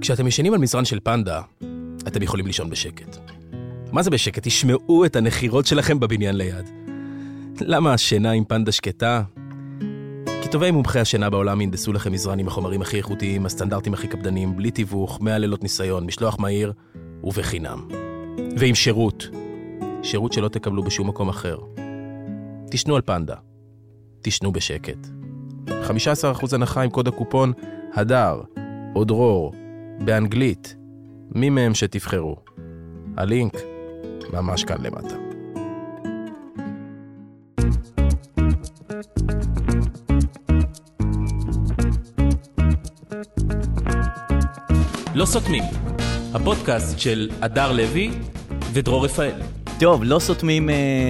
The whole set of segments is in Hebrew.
כשאתם ישנים על מזרן של פנדה, אתם יכולים לישון בשקט. מה זה בשקט? תשמעו את הנחירות שלכם בבניין ליד. למה השינה עם פנדה שקטה? כי טובי מומחי השינה בעולם ינדסו לכם מזרן עם החומרים הכי איכותיים, הסטנדרטים הכי קפדניים, בלי תיווך, 100 לילות ניסיון, משלוח מהיר ובחינם. ועם שירות. שירות שלא תקבלו בשום מקום אחר. תשנו על פנדה. תשנו בשקט. 15% הנחה עם קוד הקופון הדר או דרור באנגלית. מי מהם שתבחרו. הלינק ממש כאן למטה. לא סותמים. הפודקאסט של הדר לוי ודרור רפאל. טוב, לא סותמים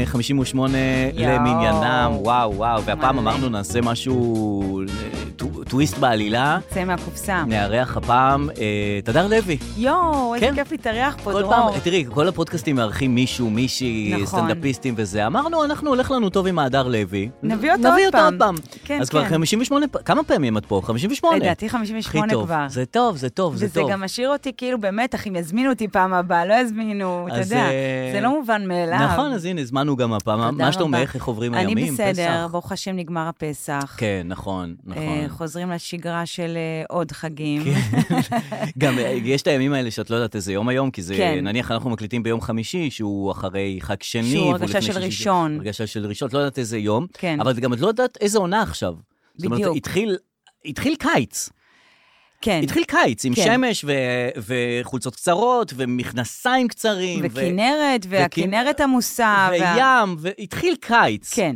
58 למניינם, וואו, והפעם אמרנו נעשה משהו, טוויסט בעלילה. צא מהקופסה. נארח הפעם את הדר לוי. איזה כיף להתארח פה, דרור. כל פעם, תראי, כל הפודקאסטים מארחים מישהו, מישהי, סטנדאפיסטים וזה. אמרנו, אנחנו הולך לנו טוב עם הדר לוי. נביא אותו עוד פעם. אז כבר 58, כמה פעמים את פה? 58? לדעתי 58 כבר. זה טוב. וזה גם משאיר אותי כאילו באמת, אחים יזמינו אותי פעם הבאה, לא יזמינו, אתה יודע, זה לא מובן מאליו. נכון, אז הנה, הזמנו גם הפעם. מה שאתה אומר, איך חוברים הימים? אני בסדר, ברוך השם נגמר הפסח. כן, נכון. חוזרים לשגרה של עוד חגים. גם יש את הימים האלה שאת לא יודעת איזה יום היום, כי זה, נניח אנחנו מקליטים ביום חמישי, שהוא אחרי חג שני. שהוא הרגשה של ראשון. הרגשה של ראשון, את לא יודעת איזה יום, אבל גם את לא יודעת איזה עונה עכשיו. בדיוק. זאת אומרת, התחיל קיץ. כן. התחיל קיץ עם שמש וחולצות קצרות ומכנסיים קצרים. וכנרת, והכנרת עמוסה. וים, והתחיל קיץ. כן.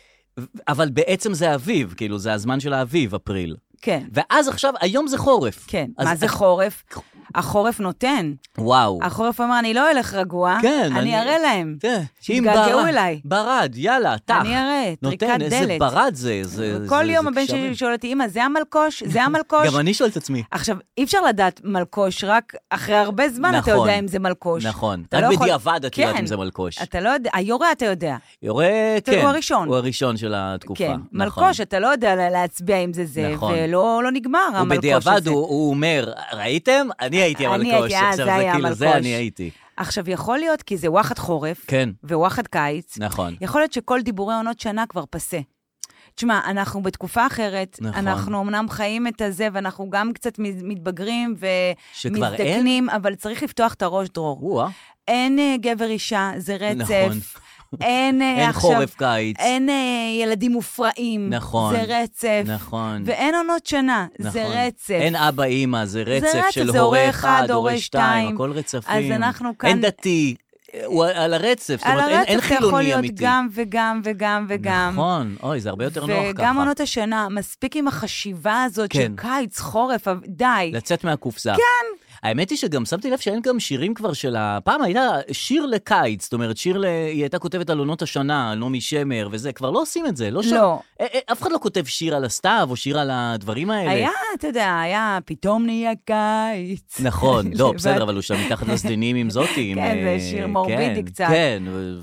אבל בעצם זה אביב, כאילו זה הזמן של האביב, אפריל. כן. ואז עכשיו, היום זה חורף. כן. מה זה חורף? החורף נותן. וואו. החורף אומר, אני לא אלך רגוע, אני אראה להם. שיתגעגעו אליי. ברד, יאללה, תח. אני אראה, טריקת דלת. איזה ברד זה. כל יום הבן שלי שואל אותי, אמא, זה המלקוש? זה המלקוש? גם אני שואל את עצמי. עכשיו, אי אפשר לדעת מלקוש, רק אחרי הרבה זמן אתה יודע אם זה מלקוש. נכון. רק בדיעבד את יודעת אם זה מלקוש. אתה לא יודע, היורה אתה יודע. יורה, כן. הוא הראשון. הוא הראשון של התקופה. כן. מלקוש, אתה לא יודע להצביע אם זה, ולא נגמר המלקוש הזה. ובדיעבד הוא אומר, ראיתם? אני הייתי המלקוש. זה אני הייתי. עכשיו, יכול להיות, כי זה וואחד חורף, וואחד קיץ, נכון. יכול להיות שכל דיבורי עונות שנה כבר פסה. תשמע, אנחנו בתקופה אחרת, אנחנו אמנם חיים את הזה, ואנחנו גם קצת מתבגרים ומזדקנים, אבל צריך לפתוח את הראש, דרור. אין גבר אישה, זה רצף. אין חורף קיץ. אין ילדים מופרעים, זה רצף. נכון. ואין עונות שנה, זה רצף. אין אבא אימא, זה רצף של הורה אחד, הורה שתיים, הכל רצפים. אז אנחנו כאן... אין דתי, הוא על הרצף, זאת אומרת, אין חילוני אמיתי. יכול להיות גם וגם וגם וגם. נכון, אוי, זה הרבה יותר נוח ככה. וגם עונות השנה, מספיק עם החשיבה הזאת של קיץ, חורף, די. לצאת מהקופסה. כן. האמת היא שגם שמתי לב שאין גם שירים כבר של הפעם, הייתה שיר לקיץ, זאת אומרת, היא הייתה כותבת על עונות השנה, על נעמי שמר וזה, כבר לא עושים את זה, לא. אף אחד לא כותב שיר על הסתיו, או שיר על הדברים האלה. היה, אתה יודע, היה פתאום נהיה קיץ. נכון, לא, בסדר, אבל הוא שם מתחת לסדינים עם זאתי. כן, זה שיר מורבידי קצת. כן,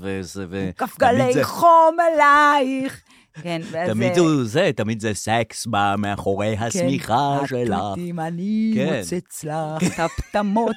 כף גלי חום עלייך. כן, תמיד זה סקס בא מאחורי השמיכה שלך. התותים אני מוצץ לך, את הפתמות.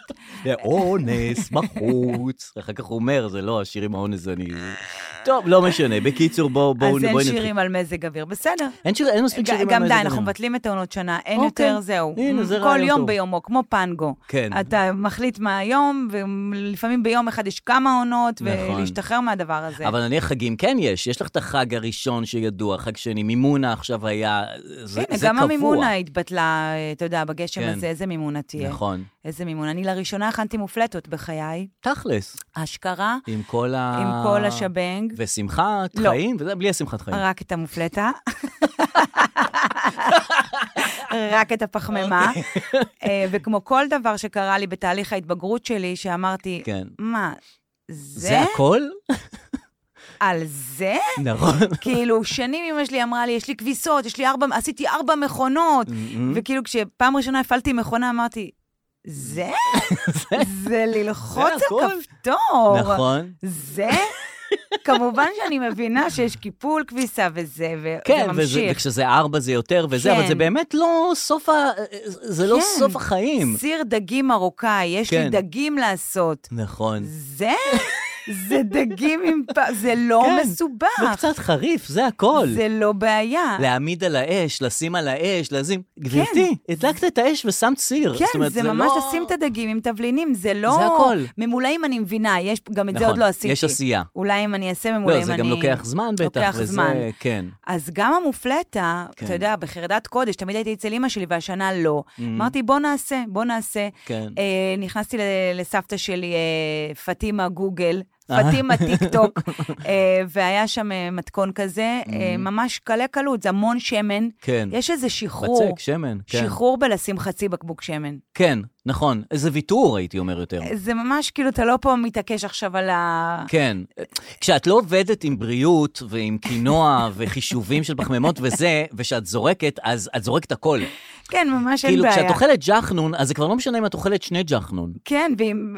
ואונס בחוץ. אחר כך הוא אומר, זה לא, השיר עם האונס אני... טוב, לא משנה, בקיצור בואו נתחיל. אז אין שירים על מזג אוויר, בסדר. אין מספיק שירים על מזג אוויר. גם די, אנחנו מבטלים את העונות שנה, אין יותר, זהו. כל יום ביומו, כמו פנגו. אתה מחליט מהיום, ולפעמים ביום אחד יש כמה עונות, ולהשתחרר מהדבר הזה. אבל נניח חגים כן יש לך את החג הראשון ידוע, חג שני, מימונה עכשיו היה, זה קבוע. גם המימונה התבטלה, אתה יודע, בגשם הזה, איזה מימונה תהיה. נכון. איזה מימונה. אני לראשונה הכנתי מופלטות בחיי. תכלס. השקרה. עם כל השבנג. ושמחת חיים, וזה בלי השמחת חיים. רק את המופלטה. רק את הפחמימה. וכמו כל דבר שקרה לי בתהליך ההתבגרות שלי, שאמרתי, מה, זה הכל? על זה? נכון. כאילו, שנים אמא שלי אמרה לי, יש לי כביסות, עשיתי 4 מכונות, וכאילו כשפעם ראשונה הפעלתי מכונה, אמרתי, זה ללחוץ הכפתור. נכון. זה? כמובן שאני מבינה שיש קיפול כביסה וזה, וזה כן, ממשיך. וכשזה 4 זה יותר וזה, אבל זה באמת לא סוף זה לא סוף החיים. סיר דגים מרוקאי, יש לי דגים לעשות. נכון. זה דגים עם זה לא מסובך. וקצת חריף, זה הכל. זה לא בעיה. להעמיד על האש, לשים על האש, לשים... גברתי, הדלקת את האש ושמת סיר. כן, זה ממש לשים את הדגים עם תבלינים, זה לא... זה הכל. ממולאים אני מבינה, גם את זה עוד לא עשיתי. יש עשייה. אולי אם אני אעשה ממולאים, לא, זה גם לוקח זמן בטח, וזה... כן. אז גם המופלטה, אתה יודע, בחרדת קודש, תמיד הייתי אצל אמא שלי, והשנה לא. אמרתי, בוא נעשה. נכנסתי לסבתא שלי, פטימה גוגל, פטימה טיק-טוק, והיה שם מתכון כזה, ממש קלה קלות, זה המון שמן. כן. יש איזה שחרור. בצק, שמן, כן. שחרור בלשים חצי בקבוק שמן. כן, נכון. איזה ויתור, הייתי אומר יותר. זה ממש כאילו, אתה לא פה מתעקש עכשיו על כן. כשאת לא עובדת עם בריאות, ועם קינוע, וחישובים של פחמימות וזה, ושאת זורקת, אז את זורקת הכל. כן, ממש אין בעיה. כשאת אוכלת ג'חנון, אז זה כבר לא משנה אם את אוכלת 2 ג'חנון. כן,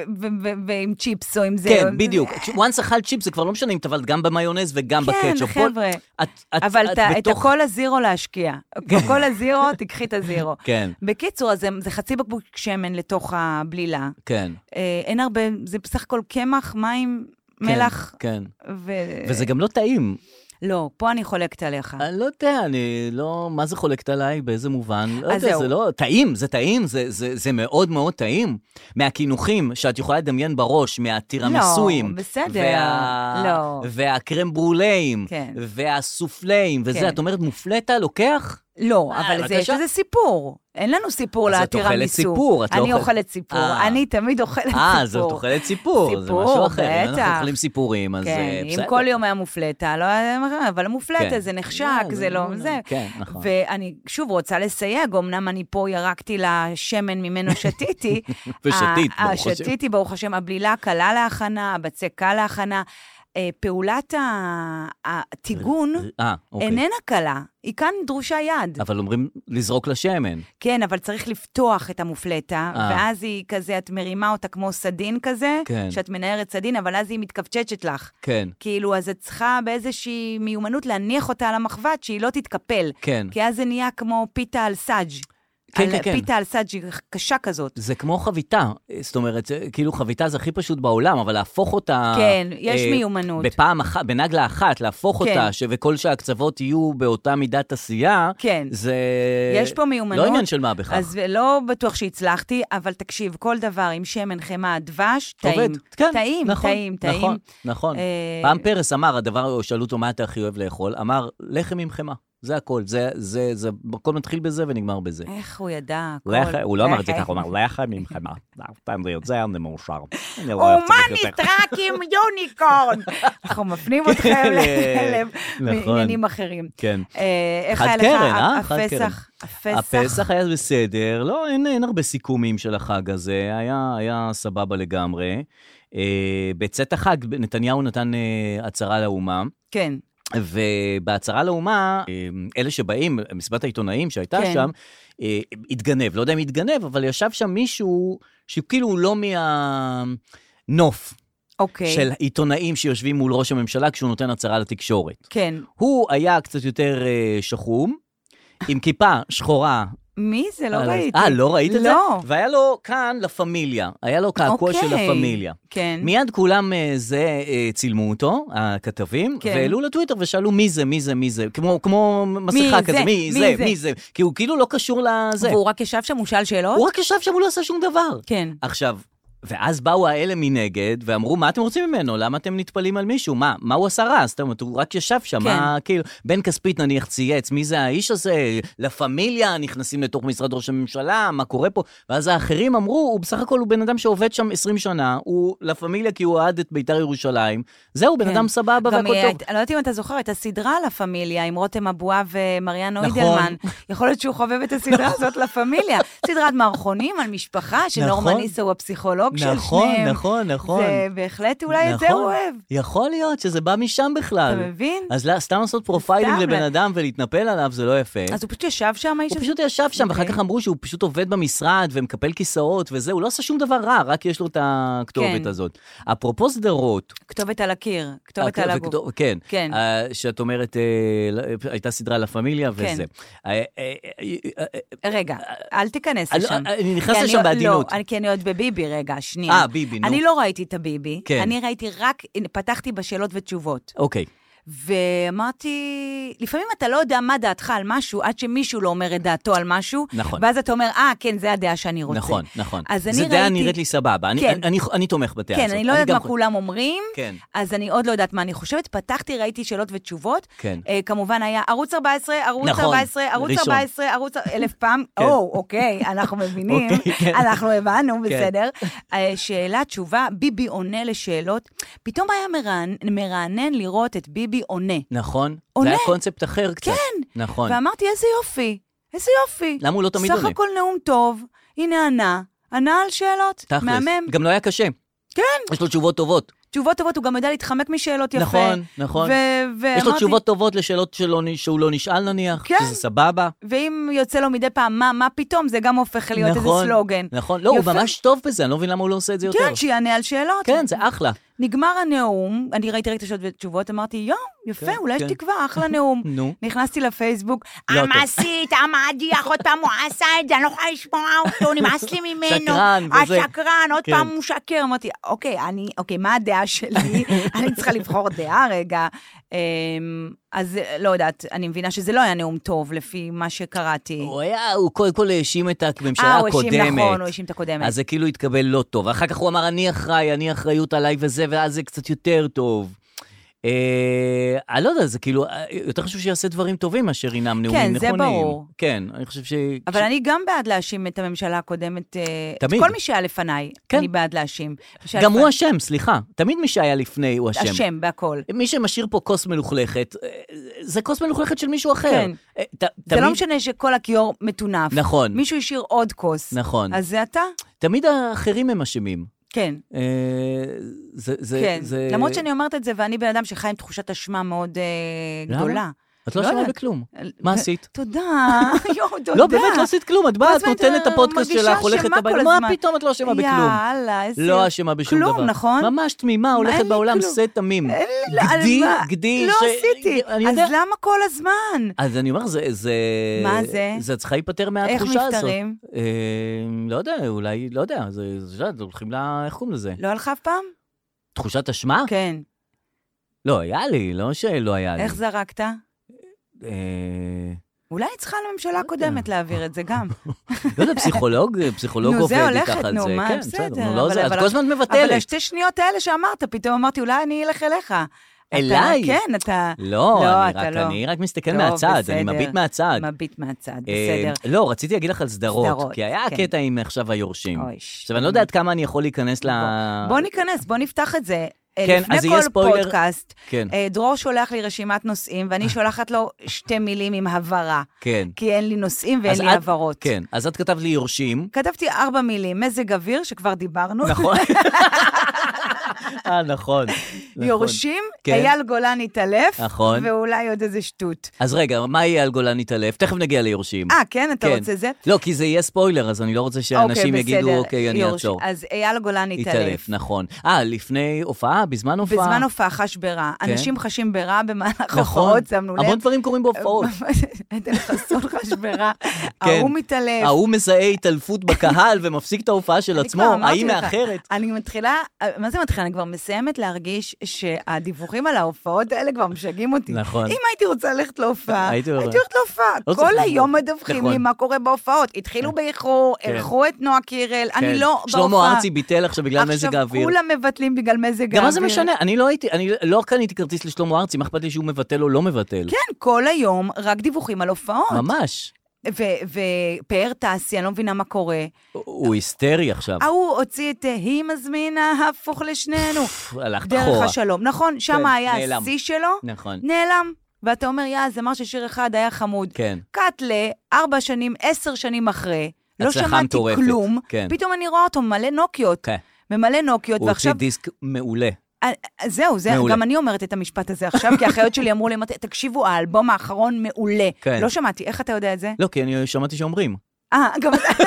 ועם צ'יפס או עם זה. כן, בדיוק. once אכל צ'יפס, זה כבר לא משנה אם טבלת גם במיונז וגם בקטשופ. כן, חבר'ה. אבל את הכל הזירו להשקיע. הכל הזירו, תקחי את הזירו. כן. בקיצור, אז זה חצי בקבוק שמן לתוך הבלילה. כן. אין הרבה, זה בסך הכל קמח, מים, מלח. כן. וזה גם לא טעים. לא, פה אני חולקת עליך. אני לא יודע, אני לא... מה זה חולקת עליי? באיזה מובן? לא יודע, זה לא... טעים, זה טעים, זה מאוד מאוד טעים. מהכינוחים שאת יכולה לדמיין בראש, מהטירמיסויים. לא, בסדר. לא. והקרם ברוליים. כן. והסופליים, וזה, את אומרת, מופלטה לוקח? לא, אבל יש איזה סיפור. אין לנו סיפור לטירמיסו. אז את אוכלת סיפור. אני אוכלת סיפור. אני תמיד אוכלת סיפור. אז את אוכלת סיפור. זה משהו אחר. אם אנחנו אוכלים סיפורים, אז כן, בסדר. אם כל יום היה מופלטה, אבל המופלטה זה נחשק, זה לא... כן, נכון. ואני שוב רוצה לסייג, אמנם אני פה ירקתי לשמן ממנו שתיתי. ושתית, ברוך השם. שתיתי, ברוך השם, הבלילה קלה להכנה, הבצק קל להכנה. פעולת הטיגון איננה קלה, היא כאן דרושה יד. אבל אומרים לזרוק לשמן. כן, אבל צריך לפתוח את המופלטה, ואז היא כזה, את מרימה אותה כמו סדין כזה, שאת מנערת סדין, אבל אז היא מתכווצ'צ'ת לך. כן. כאילו, אז את צריכה באיזושהי מיומנות להניח אותה על המחבת, שהיא לא תתקפל. כן. כי אז זה נהיה כמו פיתה על סאג'. כן, כן, כן. פיתה על סאג' קשה כזאת. זה כמו חביתה, זאת אומרת, כאילו חביתה זה הכי פשוט בעולם, אבל להפוך אותה... כן, יש מיומנות. בפעם אחת, בנגלה אחת, להפוך אותה, וכל שהקצוות יהיו באותה מידת עשייה, זה... יש פה מיומנות. לא עניין של מה בכך. אז לא בטוח שהצלחתי, אבל תקשיב, כל דבר עם שמן, חמאה, דבש, טעים. כן, טעים, נכון, טעים, טעים. נכון, נכון. פעם פרס אמר, הדבר, שאלו אותו מה אתה הכי אוהב לאכול, אמר, לחם עם חמאה. זה הכל, זה, הכל מתחיל בזה ונגמר בזה. איך הוא ידע? הוא לא אמר את זה ככה, הוא אמר, לחם עם חמאה. תן לי את זה, אני מאושר. הומניסט רק עם יוניקורן. אנחנו מפנים אתכם לעניינים אחרים. כן. איך היה לך הפסח? הפסח היה בסדר, לא, אין הרבה סיכומים של החג הזה, היה סבבה לגמרי. בצאת החג, נתניהו נתן הצהרה לאומה. כן. ובהצהרה לאומה, אלה שבאים, מסיבת העיתונאים שהייתה שם, התגנב, לא יודע אם התגנב, אבל ישב שם מישהו שכאילו הוא לא מהנוף של עיתונאים שיושבים מול ראש הממשלה כשהוא נותן הצהרה לתקשורת. כן. הוא היה קצת יותר שחום, עם כיפה שחורה, מי זה? לא ראיתי. לא ראית את זה? לא. והיה לו כאן לפמיליה, היה לו קעקוע של הפמיליה. כן. מיד כולם צילמו אותו, הכתבים, והעלו לטוויטר ושאלו מי זה, כמו מסכה כזה, מי זה, כי הוא כאילו לא קשור לזה. והוא רק ישב שם, הוא שאל שאלות? הוא רק ישב שם, הוא לא עשה שום דבר. כן. עכשיו, ואז באו האלה מנגד, ואמרו, מה אתם רוצים ממנו? למה אתם נטפלים על מישהו? מה הוא עשה רע? זאת אומרת, הוא רק ישב שם, כאילו, בן כספית נניח צייץ, מי זה האיש הזה? לפמיליה, נכנסים לתוך משרד ראש הממשלה, מה קורה פה? ואז האחרים אמרו, בסך הכל הוא בן אדם שעובד שם 20 שנה, הוא לפמיליה כי הוא אוהד את בית"ר ירושלים, זהו, בן אדם סבבה והכל טוב. אני לא יודעת אם אתה זוכר את הסדרה לפמיליה, עם רותם אבוהב ומריאן אוידלמן. יכול להיות שהוא חובב את הסדרה הזאת לפמיליה. סדרת מערכונים על משפחה, שנורמן ניסו הוא הפסיכולוג של שניהם. נכון. זה בהחלט אולי את זה הוא אוהב. יכול להיות שזה בא משם בכלל. אתה מבין? אז סתם לעשות פרופיילינג לבן אדם ולהתנפל עליו, זה לא יפה. אז הוא פשוט ישב שם, הוא פשוט ישב שם, ואחר כך אמרו שהוא פשוט עובד במשרד ומקפל כיסאות וזה, הוא לא עשה שום דבר רע, רק יש לו את הכתובת הזאת. אפרופו סדרות. כתובת על הקיר, כתובת על הגוף. כן, שאת אומרת, הייתה סדרה לפמיליה וזה. רגע, אל תיכנס לשם. אני נכנס לשם בעדינות. כי אני עוד בביבי, רגע, שנייה. ביבי, נו. אני לא ראיתי את הביבי, אני ראיתי רק, פתחתי בשאלות ותשובות. אוקיי. ואמרתי, לפעמים אתה לא יודע מה דעתך על משהו, עד שמישהו לא אומר את דעתו על משהו, נכון. ואז אתה אומר, כן, זה הדעה שאני רוצה. נכון. זה דעה נראית לי סבבה, אני תומך בדעה הזאת. כן, אני לא יודעת מה כולם אומרים, אז אני עוד לא יודעת מה אני חושבת. פתחתי, ראיתי שאלות ותשובות, כמובן היה ערוץ 14, ערוץ 14, ערוץ 14, ערוץ 1000 פעם, אוקיי, אנחנו מבינים, אנחנו הבנו, בסדר. שאלה, תשובה, ביבי עונה לשאלות, פתאום היה מרענן לראות את ביבי עונה. נכון. זה היה קונספט אחר קצת. כן. נכון. ואמרתי, איזה יופי. למה הוא לא תמיד עונה? סך הכל נאום טוב, הנה ענה על שאלות. תכלס. מהמם. גם לא היה קשה. כן. יש לו תשובות טובות. תשובות טובות, הוא גם יודע להתחמק משאלות יפה. נכון. יש לו תשובות טובות לשאלות שהוא לא נשאל נניח, שזה סבבה. ואם יוצא לו מדי פעם, מה פתאום, זה גם הופך להיות איזה סלוגן. נכון, לא, הוא ממש טוב בזה, אני לא מבין למה הוא לא עושה את זה יותר. כן, שיענה על שאלות. כן, זה אחלה. נגמר הנאום, אני ראיתי רק את השאלות ותשובות, אמרתי, יפה, אולי יש תקווה, אחלה נאום. נכנסתי לפייסבוק, המעשית, המעדיח, עוד פעם הוא עשה את זה, אני לא יכולה לשמוע אותו, נמאס לי ממנו. השקרן, עוד פעם הוא שקר. אמרתי, אוקיי, מה הדעה שלי? אני צריכה לבחור דעה רגע. אז לא יודעת, אני מבינה שזה לא היה נאום טוב, לפי מה שקראתי. הוא קודם כל האשים את הממשלה הקודמת. נכון, הוא האשים את הקודמת. אז זה כאילו התקבל לא טוב. אחר כך הוא אמר, אני אחריות עליי וזה, ואז זה קצת יותר טוב. אני לא יודע, זה כאילו, יותר חשוב שיעשה דברים טובים מאשר ינם נאומים נכונים. כן, זה ברור. כן, אני חושב ש... אבל אני גם בעד להאשים את הממשלה הקודמת, את כל מי שהיה לפניי, אני בעד להאשים. גם הוא אשם, סליחה. תמיד מי שהיה לפני הוא אשם. אשם, בהכל. מי שמשאיר פה כוס מלוכלכת, זה כוס מלוכלכת של מישהו אחר. כן. זה לא משנה שכל הכיור מטונף. נכון. מישהו השאיר עוד כוס. נכון. אז זה אתה? תמיד האחרים הם אשמים. כן. כן. למרות שאני אומרת את זה, ואני בן אדם שחי עם תחושת אשמה מאוד גדולה. את לא אשמה בכלום. מה עשית? תודה. תודה. לא, באמת לא עשית כלום. את באה, את נותנת את הפודקאסט שלך, הולכת הביתה. מה פתאום את לא אשמה בכלום? יאללה, איזה... לא אשמה בשום דבר. כלום, נכון? ממש תמימה, הולכת בעולם סט תמים. גדי. לא עשיתי. אז למה כל הזמן? אז אני אומר, זה... מה זה? זה צריכה להיפטר מהתחושה הזאת. איך מפטרים? לא יודע, אולי, לא יודע. הולכים לה, איך קוראים לזה? לא הלכה אף פעם? תחושת אשמה? כן. לא, היה לי, לא שלא היה לי. איך זרקת? אולי צריכה לממשלה הקודמת להעביר את זה גם. לא יודע, פסיכולוג עובד איתך על זה. נו, מה, בסדר. אז כל הזמן מבטלת. אבל השתי שניות האלה שאמרת, פתאום אמרתי, אולי אני אלך אליך. אליי? כן, אתה... לא, אני רק מסתכל מהצד, אני מביט מהצד. מביט מהצד, בסדר. לא, רציתי להגיד לך על סדרות, כי היה הקטע עם עכשיו היורשים. עכשיו, אני לא יודע עד כמה אני יכול להיכנס ל... בוא ניכנס, בוא נפתח את זה. כן, אז יהיה ספוילר. לפני כל פודקאסט, כן. דרור שולח לי רשימת נושאים, ואני שולחת לו 2 מילים עם הברה. כן. כי אין לי נושאים ואין לי הברות. כן, אז את כתבת לי יורשים. כתבתי 4 מילים, מזג אוויר, שכבר דיברנו. נכון. נכון. יורשים, אייל גולן התעלף, נכון. ואולי עוד איזה שטות. אז רגע, מה יהיה אייל גולן התעלף? תכף נגיע ליורשים. כן, אתה רוצה זה? לא, כי זה יהיה ספוילר, אז אני לא רוצה שאנשים יגידו, אוקיי, אני אעצור. אז אייל גולן התעלף. נכון. לפני הופעה? בזמן הופעה? בזמן הופעה חש ברע. אנשים חשים ברע במהלך הופעות, שמנו לב. המון דברים קורים בהופעות. עדן חסון חש ברע. ההוא מתעלף. ההוא מזהה התעלפות בקהל ומפסיק את ההופעה של עצמו. האם מאחרת? אני מתחילה, מה זה מתחילה? אני כבר מסיימת להרגיש שהדיווחים על ההופעות האלה כבר משגעים אותי. נכון. אם הייתי רוצה ללכת להופעה, הייתי הולכת להופעה. כל היום מדווחים לי מה קורה בהופעות. התחילו באיחור, ערכו את נועה קירל, אני לא בהופעה. שלמה ארצי ביטל עכשיו בגלל מזג האוויר. עכשיו כולם מבטלים בגלל מזג האוויר. גם מה זה משנה? אני לא קניתי כרטיס לשלמה ארצי, מה אכפת לי שהוא מבטל או לא מבטל? כן, כל היום רק דיווחים על הופעות. ממש. ופאר טסי, אני לא מבינה מה קורה. הוא היסטרי עכשיו. הוא הוציא את היא מזמינה, הפוך לשנינו. הלכת אחורה. דרך השלום. נכון, שם היה השיא שלו. נכון. נעלם. ואתה אומר, זה אמר ששיר אחד היה חמוד. כן. קטלה, 4 שנים, 10 שנים אחרי, לא שמעתי כלום, פתאום אני רואה אותו מלא נוקיות, ממלא נוקיות, הוא הוציא דיסק מעולה. זהו, גם אני אומרת את המשפט הזה עכשיו, כי האחיות שלי אמרו לי, תקשיבו, האלבום האחרון מעולה. לא שמעתי, איך אתה יודע את זה? לא, כי אני שמעתי שאומרים. גם אתה.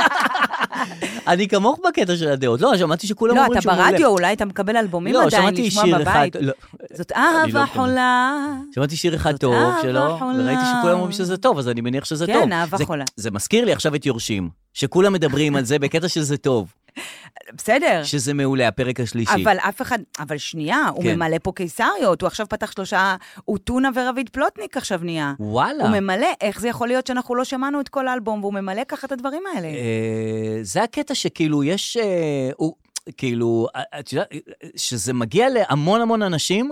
אני כמוך בקטע של הדעות. לא, שמעתי שכולם אומרים שהוא מעולה. לא, אתה ברדיו, אולי אתה מקבל אלבומים עדיין, לשמוע בבית. זאת אהבה חולה. שמעתי שיר אחד טוב שלו, וראיתי שכולם אומרים שזה טוב, אז אני מניח שזה טוב. כן, אהבה חולה. זה מזכיר לי עכשיו את יורשים, שכולם מדברים על זה בקטע שזה טוב. בסדר. שזה מעולה, הפרק השלישי. אבל שנייה, הוא ממלא פה קיסריות, הוא עכשיו פתח 3, הוא טונה ורביד פלוטניק עכשיו נהיה. וואלה. הוא ממלא, איך זה יכול להיות שאנחנו לא שמענו את כל האלבום, והוא ממלא ככה את הדברים האלה? זה הקטע שכאילו יש, כאילו, את יודעת, שזה מגיע להמון המון אנשים.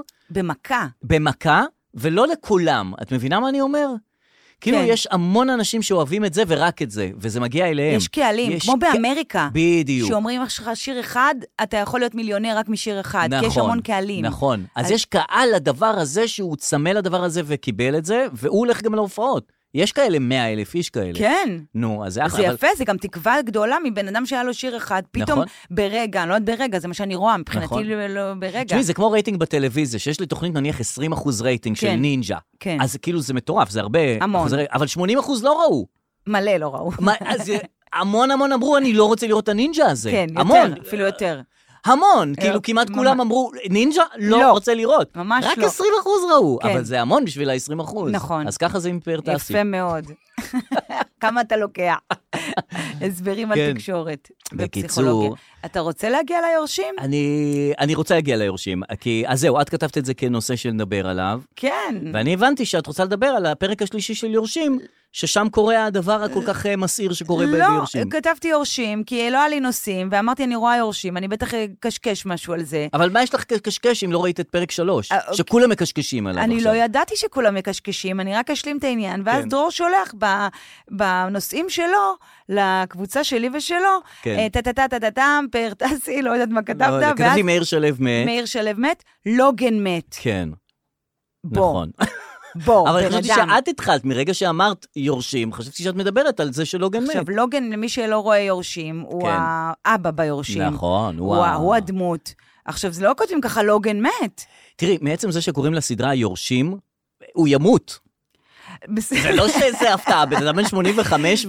במכה, ולא לכולם. את מבינה מה אני אומר? כאילו יש המון אנשים שאוהבים את זה ורק את זה, וזה מגיע אליהם. יש קהלים, כמו באמריקה. בדיוק. שאומרים לך שיר אחד, אתה יכול להיות מיליונר רק משיר אחד, כי יש המון קהלים. נכון. אז יש קהל לדבר הזה שהוא צמא לדבר הזה וקיבל את זה, והוא הולך גם להופעות. יש כאלה 100,000 איש כאלה. כן. נו, אז זה יפה, זה גם תקווה גדולה מבן אדם שהיה לו שיר אחד, פתאום ברגע, אני לא יודעת ברגע, זה מה שאני רואה, מבחינתי לא ברגע. תשמעי, זה כמו רייטינג בטלוויזיה, שיש לי תוכנית נניח 20% רייטינג של נינג'ה. אז כאילו זה מטורף, זה הרבה. המון. אבל 80% לא ראו. מלא לא ראו. אז המון אמרו, אני לא רוצה לראות את הנינג'ה הזה. כן, יותר, אפילו יותר. המון, כאילו כמעט כולם אמרו, נינג'ה לא רוצה לראות. ממש לא. רק 20% ראו, אבל זה המון בשביל ה-20%. נכון. אז ככה זה עם פרטסי. יפה מאוד. כמה אתה לוקח. הסברים על תקשורת. בקיצור. אתה רוצה להגיע ליורשים? אני רוצה להגיע ליורשים, אז זהו, את כתבת את זה כנושא שנדבר עליו. כן. ואני הבנתי שאת רוצה לדבר על הפרק השלישי של יורשים, ששם קורה הדבר הכל כך מסעיר שקורה ביורשים. לא, כתבתי יורשים, כי לא היה לי נושאים, ואמרתי, אני רואה יורשים, אני בטח קשקש משהו על זה. אבל מה יש לך קשקש אם לא ראית את פרק 3? שכולם מקשקשים עליו עכשיו. אני לא ידעתי שכולם מקשקשים, אני רק אשלים את העניין, ואז דרור שולח בנושאים שלו, לקבוצה שלי ושלו, טטטטטטטם, פרטסי, לא יודעת מה כתבת. כתבתי מאיר שלו מת. מאיר שלו מת, לוגן מת. כן. נכון. אבל חשבתי שאת התחלת, מרגע שאמרת יורשים, חשבתי שאת מדברת על זה שלוגן מת. עכשיו, לוגן, למי שלא רואה יורשים, הוא האבא ביורשים. נכון, הוא הדמות. עכשיו, זה לא כותבים ככה לוגן מת. תראי, מעצם זה שקוראים לסדרה יורשים, הוא ימות. זה לא שזה הפתעה, בן אדם בן 85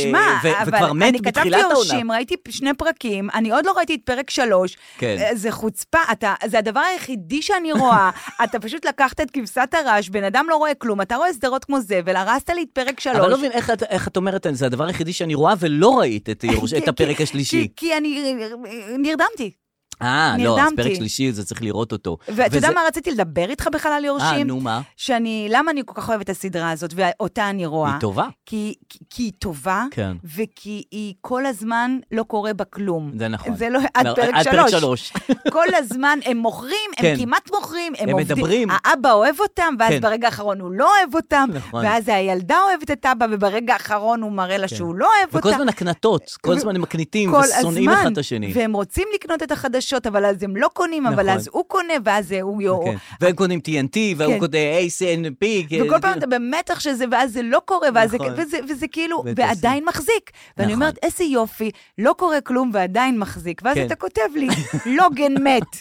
וכבר מת בתחילת העונה. אני כתבתי יורשים, ראיתי 2 פרקים, אני עוד לא ראיתי את פרק 3, זה חוצפה, זה הדבר היחידי שאני רואה, אתה פשוט לקחת את כבשת הרש, בן אדם לא רואה כלום, אתה רואה סדרות כמו זה, ולרסת לי את פרק 3. אבל לא מבין איך את אומרת, זה הדבר היחידי שאני רואה, ולא ראית את הפרק השלישי. כי אני נרדמתי. לא, אז פרק שלישי, זה צריך לראות אותו. ואתה יודע מה רציתי לדבר איתך בכלל על יורשים? נו, מה? למה אני כל כך אוהבת את הסדרה הזאת, ואותה אני רואה? היא טובה. כי היא טובה, וכי היא כל הזמן לא קורה בה כלום. זה נכון. זה לא עד פרק 3. כל הזמן הם מוכרים, הם כמעט מוכרים, הם מדברים. האבא אוהב אותם, ואז ברגע האחרון הוא לא אוהב אותם, ואז הילדה אוהבת את אבא, וברגע האחרון הוא מראה לה שהוא לא אוהב אותה. וכל הזמן הקנטות, כל הזמן הם מקניטים ושונאים אחד את השני. והם רוצים לקנות את החדשות, אבל אז הם לא קונים, אבל אז הוא קונה, ואז הוא והם קונים TNT, והוא קונה ACNP. וכל פעם אתה במתח שזה, ואז זה לא קורה, וזה כאילו, ועדיין מחזיק. ואני אומרת, איזה יופי, לא קורה כלום ועדיין מחזיק. ואז אתה כותב לי, לוגן מת.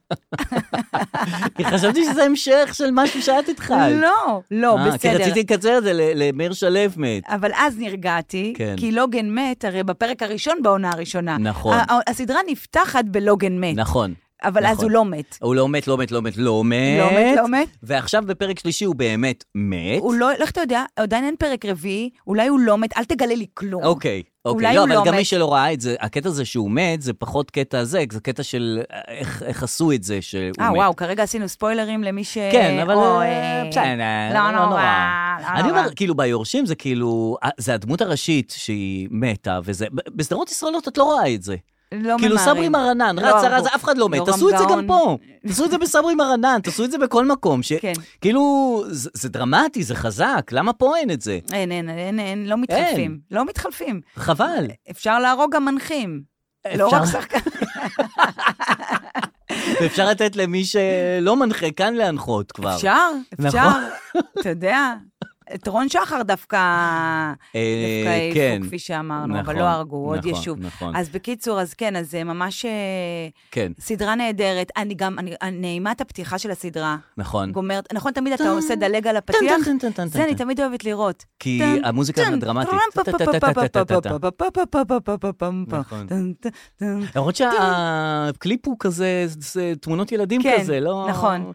חשבתי שזה המשך של משהו שאת התחלת. לא, בסדר. כי רציתי לקצר את זה למאיר שלו מת. אבל אז נרגעתי, כי לוגן מת, הרי בפרק הראשון בעונה הראשונה. נכון. הסדרה נפתחת בלוגן מת. נכון. אבל אז הוא לא מת. הוא לא מת. ועכשיו בפרק שלישי הוא באמת מת. הוא לא, איך אתה יודע, עדיין אין פרק רביעי, אולי הוא לא מת, אל תגלה לי כלום. אוקיי. לא, אבל גם מי שלא ראה את זה, הקטע הזה שהוא מת, זה פחות קטע הזה, זה קטע של איך עשו את זה שהוא מת. וואו, כרגע עשינו ספוילרים למי ש... כן, אבל... לא נורא. אני אומר, כאילו, ביורשים זה כאילו, זה הדמות הראשית שהיא מתה, וזה... בסדרות ישראליות את לא רואה את זה. כאילו סברי מרנן, רץ, אף אחד לא מת, תעשו את זה גם פה, תעשו את זה בסברי מרנן, תעשו את זה בכל מקום, כאילו זה דרמטי, זה חזק, למה פה אין את זה? אין, לא מתחלפים. חבל. אפשר להרוג גם מנחים, לא רק שחקן. ואפשר לתת למי שלא מנחה כאן להנחות כבר. אפשר, אתה יודע. את רון שחר דווקא כפי שאמרנו, אבל לא הרגו, עוד יישוב. אז בקיצור, אז כן, אז זה ממש סדרה נהדרת. נעימת הפתיחה של הסדרה. נכון. גומרת, נכון, תמיד אתה עושה דלג על הפתיח? זה אני תמיד אוהבת לראות. כי המוזיקה הדרמטית. למרות שהקליפ הוא כזה, זה תמונות ילדים כזה, לא... נכון.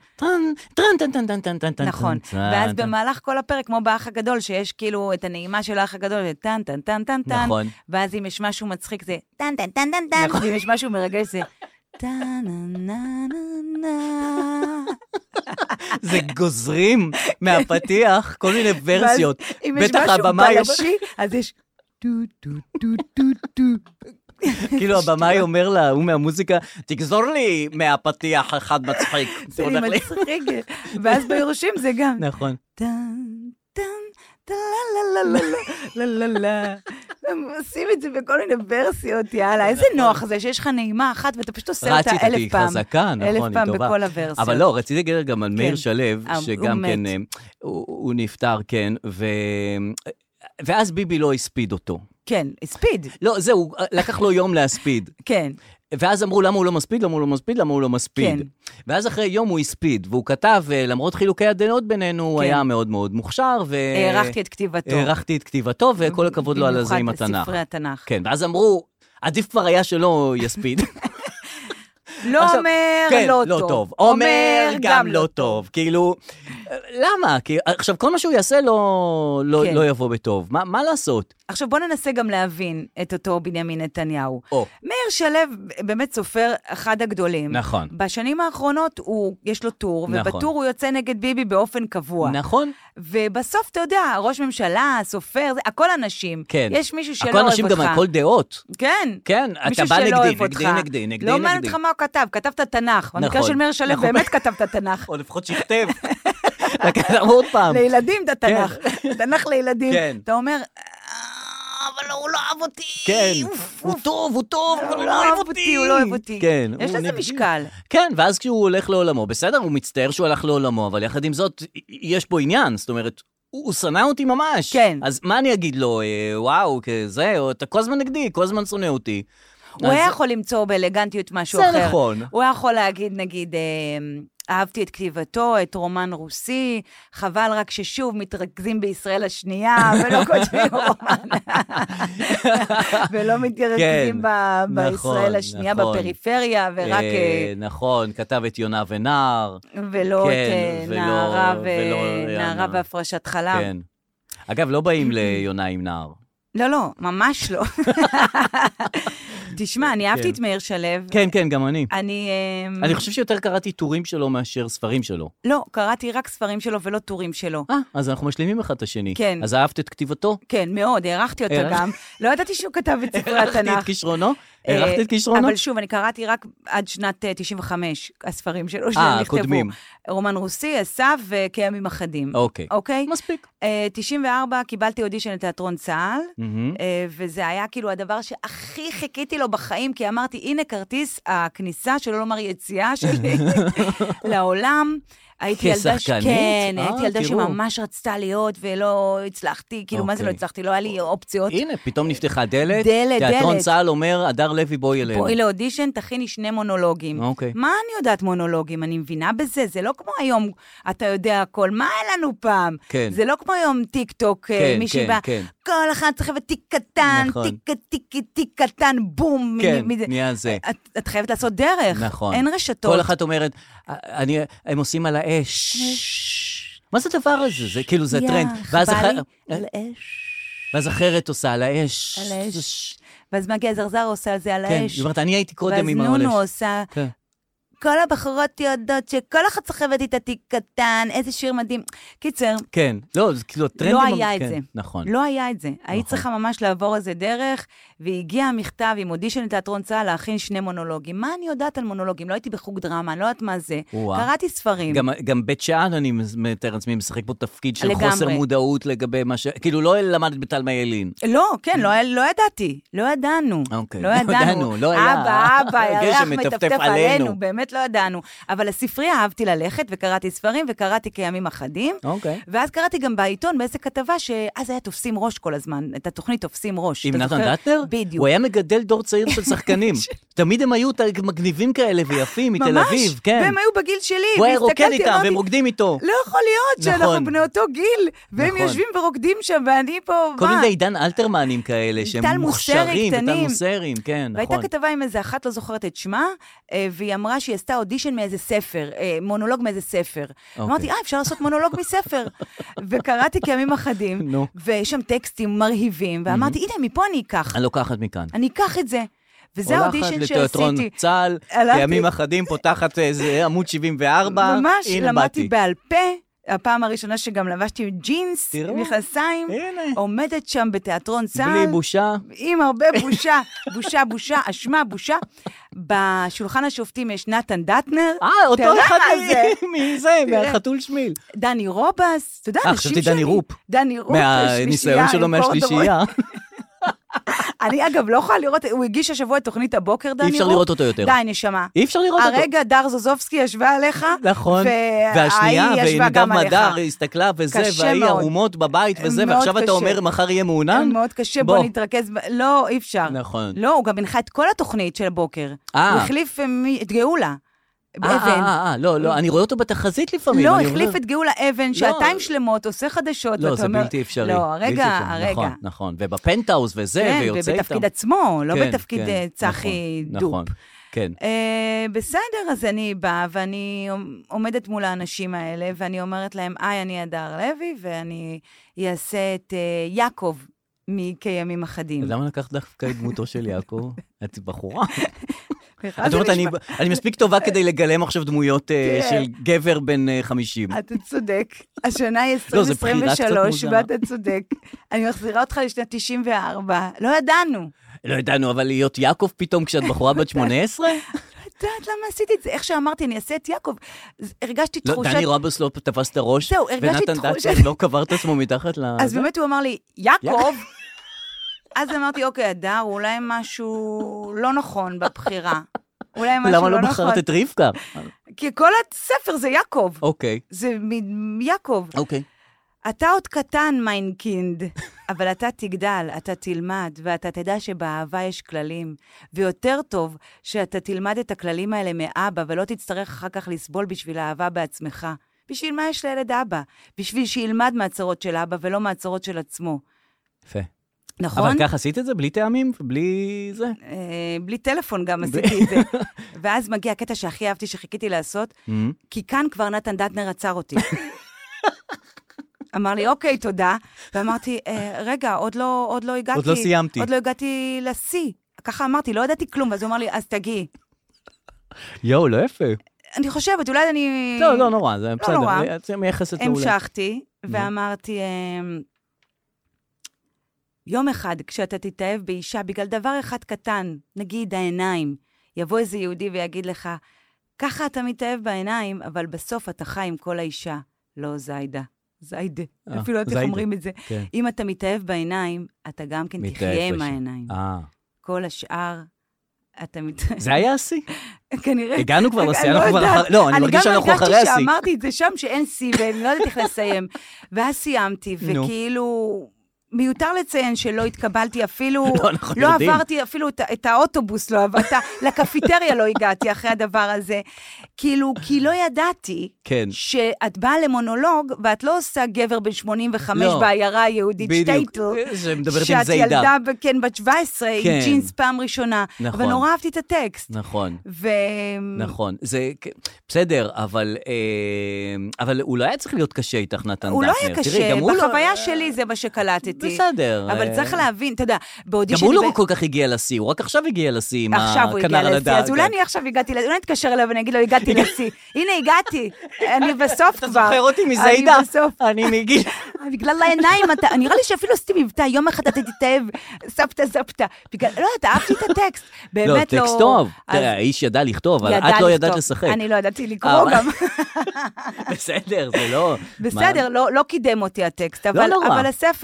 נכון. ואז במהלך כל הפרק, כמו באח הגדול, שיש כאילו את הנעימה של האח הגדול, זה טן, טן, טן, טן, טן. נכון. ואז אם יש משהו מצחיק, זה טן, טן, טן, טן, טן. ואם יש משהו מרגש, זה טן, נה, נה, נה. זה גוזרים מהפתיח, כל מיני ורסיות. אם יש משהו בלשי, אז יש טו, טו, טו, טו, טו. כאילו הבמאי אומר לה, הוא מהמוזיקה, תגזור לי מהפתיח אחד מצחיק. זה לי מצחיק. ואז בירושים זה גם. נכון. טן, טן, טן, לה, לה, לה, לה, לה, לה. הם עושים את זה בכל מיני ורסיות, יאללה. איזה נוח זה שיש לך נעימה אחת, ואתה פשוט עושה אותה 1000 פעם. רצית, היא חזקה, נכון, היא טובה. 1000 פעם בכל הוורסיות. אבל לא, רציתי להגיד גם על מאיר שלו, שגם כן, הוא נפטר, כן, ואז ביבי לא הספיד אותו. כן, הספיד. לא, זהו, לקח לו יום להספיד. כן. ואז אמרו, למה הוא לא מספיד? למה הוא לא מספיד? למה הוא לא מספיד? כן. ואז אחרי יום הוא הספיד, והוא כתב, למרות חילוקי הדעות בינינו, הוא היה מאוד מאוד מוכשר, הערכתי את כתיבתו. הערכתי את כתיבתו, וכל הכבוד לו על זה עם התנ"ך. במיוחד ספרי התנ"ך. כן, ואז אמרו, עדיף כבר היה שלא יספיד. לא אומר לא טוב. אומר גם לא טוב. כאילו, למה? כי עכשיו כל מה שהוא יעשה לא יבוא בטוב. מה לעשות? עכשיו בוא ננסה גם להבין את אותו בנימין נתניהו. מאיר שלו באמת סופר אחד הגדולים. נכון. בשנים האחרונות יש לו טור, ובטור הוא יוצא נגד ביבי באופן קבוע. נכון. ובסוף אתה יודע, ראש ממשלה, סופר, הכל אנשים. כן. יש מישהו שלא הכל אוהב אנשים אותך. גם הכל דעות. כן. כן, אתה בא נגדי. לא מעניין אותך מה הוא כתב, כתב את התנ"ך. במקרה של מאיר שלו באמת כתב את התנ"ך. או לפחות שכתב. כתב עוד פעם. לילדים את התנ"ך. התנ"ך לילדים. אתה אומר... אבל הוא לא אהב אותי. כן, הוא טוב, אבל הוא לא אוהב אותי. כן. יש לזה משקל. כן, ואז כשהוא הולך לעולמו, בסדר, הוא מצטער שהוא הלך לעולמו, אבל יחד עם זאת, יש פה עניין, זאת אומרת, הוא שנא אותי ממש. כן. אז מה אני אגיד לו, וואו, כזה, אתה כל הזמן נגדי, כל הזמן שונא אותי. הוא היה יכול למצוא באלגנטיות משהו אחר. זה נכון. הוא היה יכול להגיד, נגיד... אהבתי את כתיבתו, את רומן רוסי, חבל רק ששוב מתרכזים בישראל השנייה, ולא כותבים רומן. ולא מתרכזים בישראל השנייה, בפריפריה, ורק... נכון, כתב את יונה ונער. ולא את נערה והפרשת חלב. אגב, לא באים ליונה עם נער. לא, ממש לא. תשמע, אני אהבתי את מאיר שלו. כן, גם אני. אני חושב שיותר קראתי טורים שלו מאשר ספרים שלו. לא, קראתי רק ספרים שלו ולא טורים שלו. אז אנחנו משלימים אחד את השני. כן. אז אהבת את כתיבתו? כן, מאוד, הערכתי אותו גם. לא ידעתי שהוא כתב את ספרי התנ"ך. הערכתי את כישרונו? הערכתי את כישרונו? אבל שוב, אני קראתי רק עד שנת 95, הספרים שלו שהם נכתבו. קודמים. רומן רוסי, אסף וכימים אחדים. אוקיי. מספיק. 94 קיבלתי אודישן לתיאטרון צה"ל, וזה היה כאילו הדבר שהכי חיכיתי לו בחיים, כי אמרתי, הנה כרטיס הכניסה, שלא לומר יציאה שלי לעולם. הייתי ילדה כן, הייתי ילדה שממש רצתה להיות, ולא הצלחתי, כאילו מה זה לא הצלחתי, לא היה לי אופציות. הנה, פתאום נפתחה דלת, תיאטרון צה"ל אומר, הדר לוי בואי אלינו. בואי לאודישן, תכיני 2 מונולוגים. מה אני יודעת מונולוגים? אני מבינה בזה, זה לא כמו היום, אתה יודע הכל, מה היה לנו פעם? זה לא כמו היום טיק טוק, מישהי בא, כל אחד צריך לבוא תיק קטן, תיק קטן, בום. כן, נהיה זה. את חייבת לעשות דרך, אין רשתות. כל אחת אומרת, הם עושים על האש. מה זה הדבר הזה? זה כאילו זה טרנד. ואז אחרת עושה על האש. על האש. ואז מגיע זרזר עושה על זה על האש. כן, זאת אומרת, אני הייתי קודם עם העולש. ואז נונו עושה... כל הבחורות יודעות שכל אחד סחבת איתה תיק קטן, איזה שיר מדהים. קיצר. כן, לא, זה כאילו טרנדים. לא היה את זה. נכון. לא היה את זה. היית צריכה ממש לעבור איזה דרך, והגיע המכתב עם אודישן לתיאטרון צה"ל להכין 2 מונולוגים. מה אני יודעת על מונולוגים? לא הייתי בחוג דרמה, אני לא יודעת מה זה. קראתי ספרים. גם בית שען אני מתאר עצמי משחק פה תפקיד של חוסר מודעות לגבי מה כאילו לא למדת בתלמי ילין. לא, כן, לא ידעתי. לא ידענו. לא ידענו. לא היה. אבא, ירח מטפטף עלינו. באמת לא ידענו. אבל לספרייה אהבתי ללכת, וקראתי ספרים, וקראתי כימים אחדים. אוקיי. ואז קראתי גם בעיתון באיזה כתבה, שאז היה תופסים ראש כל הזמן, את התוכנית תופסים ראש. עם נתן דטנר? בדיוק. הוא היה מגדל דור צעיר של שחקנים. תמיד הם היו מגניבים כאלה ויפים, מתל אביב, כן. והם היו בגיל שלי. הוא היה רוקד איתם, והם רוקדים איתו. לא יכול להיות שאנחנו בני אותו גיל, והם יושבים ורוקדים שם, ואני פה, כל מיני עידן אלתרמנים כאלה, שהם מוכשרים, וטל מוסרים, כן, נכון. והייתה כתבה עם איזה אחת, לא זוכרת את שמה, והיא אמרה שהיא עשתה אודישן מאיזה ספר, מונולוג מאיזה ספר. אמרתי, אפשר לעשות מונולוג מספר. וקראתי כימים אחדים, ויש שם טקסטים מרהיבים, ואמרתי, הנה, מפה אני אקח. אני לוקחת מכאן. אני אקח את זה. וזה האודישן שעשיתי. הולכת לתיאטרון צה"ל, כימים אחדים, פותחת איזה עמוד 74. ממש, למדתי בעל פה. הפעם הראשונה שגם לבשתי ג'ינס, מכנסיים, עומדת שם בתיאטרון צה"ל. בלי בושה. עם הרבה בושה, בושה, אשמה, בושה. בשולחן השופטים יש נתן דטנר. אותו אחד מזה, מהחתול שמיל. דני רובס, אתה יודע, אנשים שלי. חשבתי דני רופ. דני רופ. מהניסיון שלו מהשלישייה. אני אגב לא יכולה לראות, הוא הגיש השבוע את תוכנית הבוקר, דני רופ. אי אפשר לראות אותו יותר. די, נשמה. אי אפשר לראות אותו. הרגע דר זוזובסקי ישבה עליך. נכון. והשנייה, ונדב מדר הסתכלה וזה, והיא ערומות בבית וזה, ועכשיו אתה אומר, מחר יהיה מעונן? מאוד קשה, בוא נתרכז. לא, אי אפשר. נכון. לא, הוא גם הנחה את כל התוכנית של הבוקר. הוא החליף את גאולה. לא, אני רואה אותו בתחזית לפעמים. לא, החליף את גאולה אבן, שעתיים שלמות, עושה חדשות. לא, זה בלתי אפשרי. לא, הרגע. נכון, ובפנטהאוז וזה, ויוצא איתם. כן, ובתפקיד עצמו, לא בתפקיד צחי דופ. נכון, כן. בסדר, אז אני באה, ואני עומדת מול האנשים האלה, ואני אומרת להם, אני הדר לוי, ואני אעשה את יעקב מכימים אחדים. למה לקחת דווקא את דמותו של יעקב? את בחורה. את אומרת, אני מספיק טובה כדי לגלם עכשיו דמויות של גבר בן 50. אתה צודק. השנה היא 2023, ואתה צודק. אני מחזירה אותך לשנת 94. לא ידענו. לא ידענו, אבל להיות יעקב פתאום כשאת בחורה בת 18? לא יודעת למה עשיתי את זה. איך שאמרתי, אני אעשה את יעקב. הרגשתי תחושת... לא, דני רובס לא תפס את הראש, ונתן דטנר לא קבר את עצמו מתחת ל... אז באמת הוא אמר לי, יעקב... אז אמרתי, אוקיי, הדר, אולי משהו לא נכון בבחירה. אולי משהו לא נכון. למה לא בחרת את רבקה? כי כל הספר זה יעקב. אוקיי. זה יעקב. אוקיי. אתה עוד קטן, מיינקינד, אבל אתה תגדל, אתה תלמד, ואתה תדע שבאהבה יש כללים. ויותר טוב שאתה תלמד את הכללים האלה מאבא, ולא תצטרך אחר כך לסבול בשביל האהבה בעצמך. בשביל מה יש לילד אבא? בשביל שילמד מהצרות של אבא, ולא מהצרות של עצמו. יפה. נכון? אבל כך עשית את זה? בלי טעמים? בלי זה? בלי טלפון גם עשיתי את זה. ואז מגיע הקטע שהכי אהבתי שחיכיתי לעשות, כי כאן כבר נתן דטנר עצר אותי. אמר לי, אוקיי, תודה. ואמרתי, רגע, עוד לא הגעתי. עוד לא סיימתי. עוד לא הגעתי לשיא. ככה אמרתי, לא ידעתי כלום. ואז הוא אמר לי, אז תגיעי. יואו, לא יפה. אני חושבת, אולי אני... לא נורא, זה בסדר. לא נורא. זה מייחסת מעולה. המשכתי, ואמרתי... יום אחד, כשאתה תתאהב באישה, בגלל דבר אחד קטן, נגיד העיניים, יבוא איזה יהודי ויגיד לך, ככה אתה מתאהב בעיניים, אבל בסוף אתה חי עם כל האישה. לא זיידה, זיידה. אפילו לא איך אומרים את זה. כן. אם אתה מתאהב בעיניים, אתה גם כן תחיה עם העיניים. כל השאר, אתה מתאהב. זה היה השיא? כנראה. הגענו כבר לשיא, אנחנו כבר... לא, אני מרגיש שאנחנו אחרי השיא. אני גם הרגשתי שאמרתי את זה שם, שאין שיא, ואני לא יודעת איך לסיים. ואז סיימתי, וכאילו... מיותר לציין שלא התקבלתי אפילו, לא עברתי אפילו את האוטובוס, לא עברתי, לקפיטריה לא הגעתי אחרי הדבר הזה, כאילו, כי לא ידעתי שאת באה למונולוג, ואת לא עושה גבר בן 85 בעיירה היהודית שטייטל, שאת ילדה בת 17 עם ג'ינס פעם ראשונה, אבל נורא אהבתי את הטקסט. נכון, נכון, זה בסדר, אבל הוא לא היה צריך להיות קשה איתך, נתן דטנר. הוא לא היה קשה, בחוויה שלי זה מה שקלטתי. בסדר. אבל צריך להבין, אתה יודע, גם הוא לא כל כך הגיע לשיא, הוא רק עכשיו הגיע לשיא עם הכנר על הדג. אז אולי אני עכשיו הגעתי, אולי נתקשר אליו ואני אגיד לו, הגעתי לשיא. הנה, הגעתי. אני בסוף כבר. אתה זוכר אותי מזיידה? אני בסוף. אני מגיל. בגלל העיניים, נראה לי שאפילו עשיתי מבטא, יום אחד אתה תתאהב, סבתא. לא, אתה אהבתי את הטקסט. באמת לא... טקסט טוב. תראה, האיש ידע לכתוב, אבל את לא ידעת לשחק. אני לא ידעתי לקרוא גם. בסדר, זה לא... בסדר, לא קידם אותי הטקסט, אבל הספר נשאר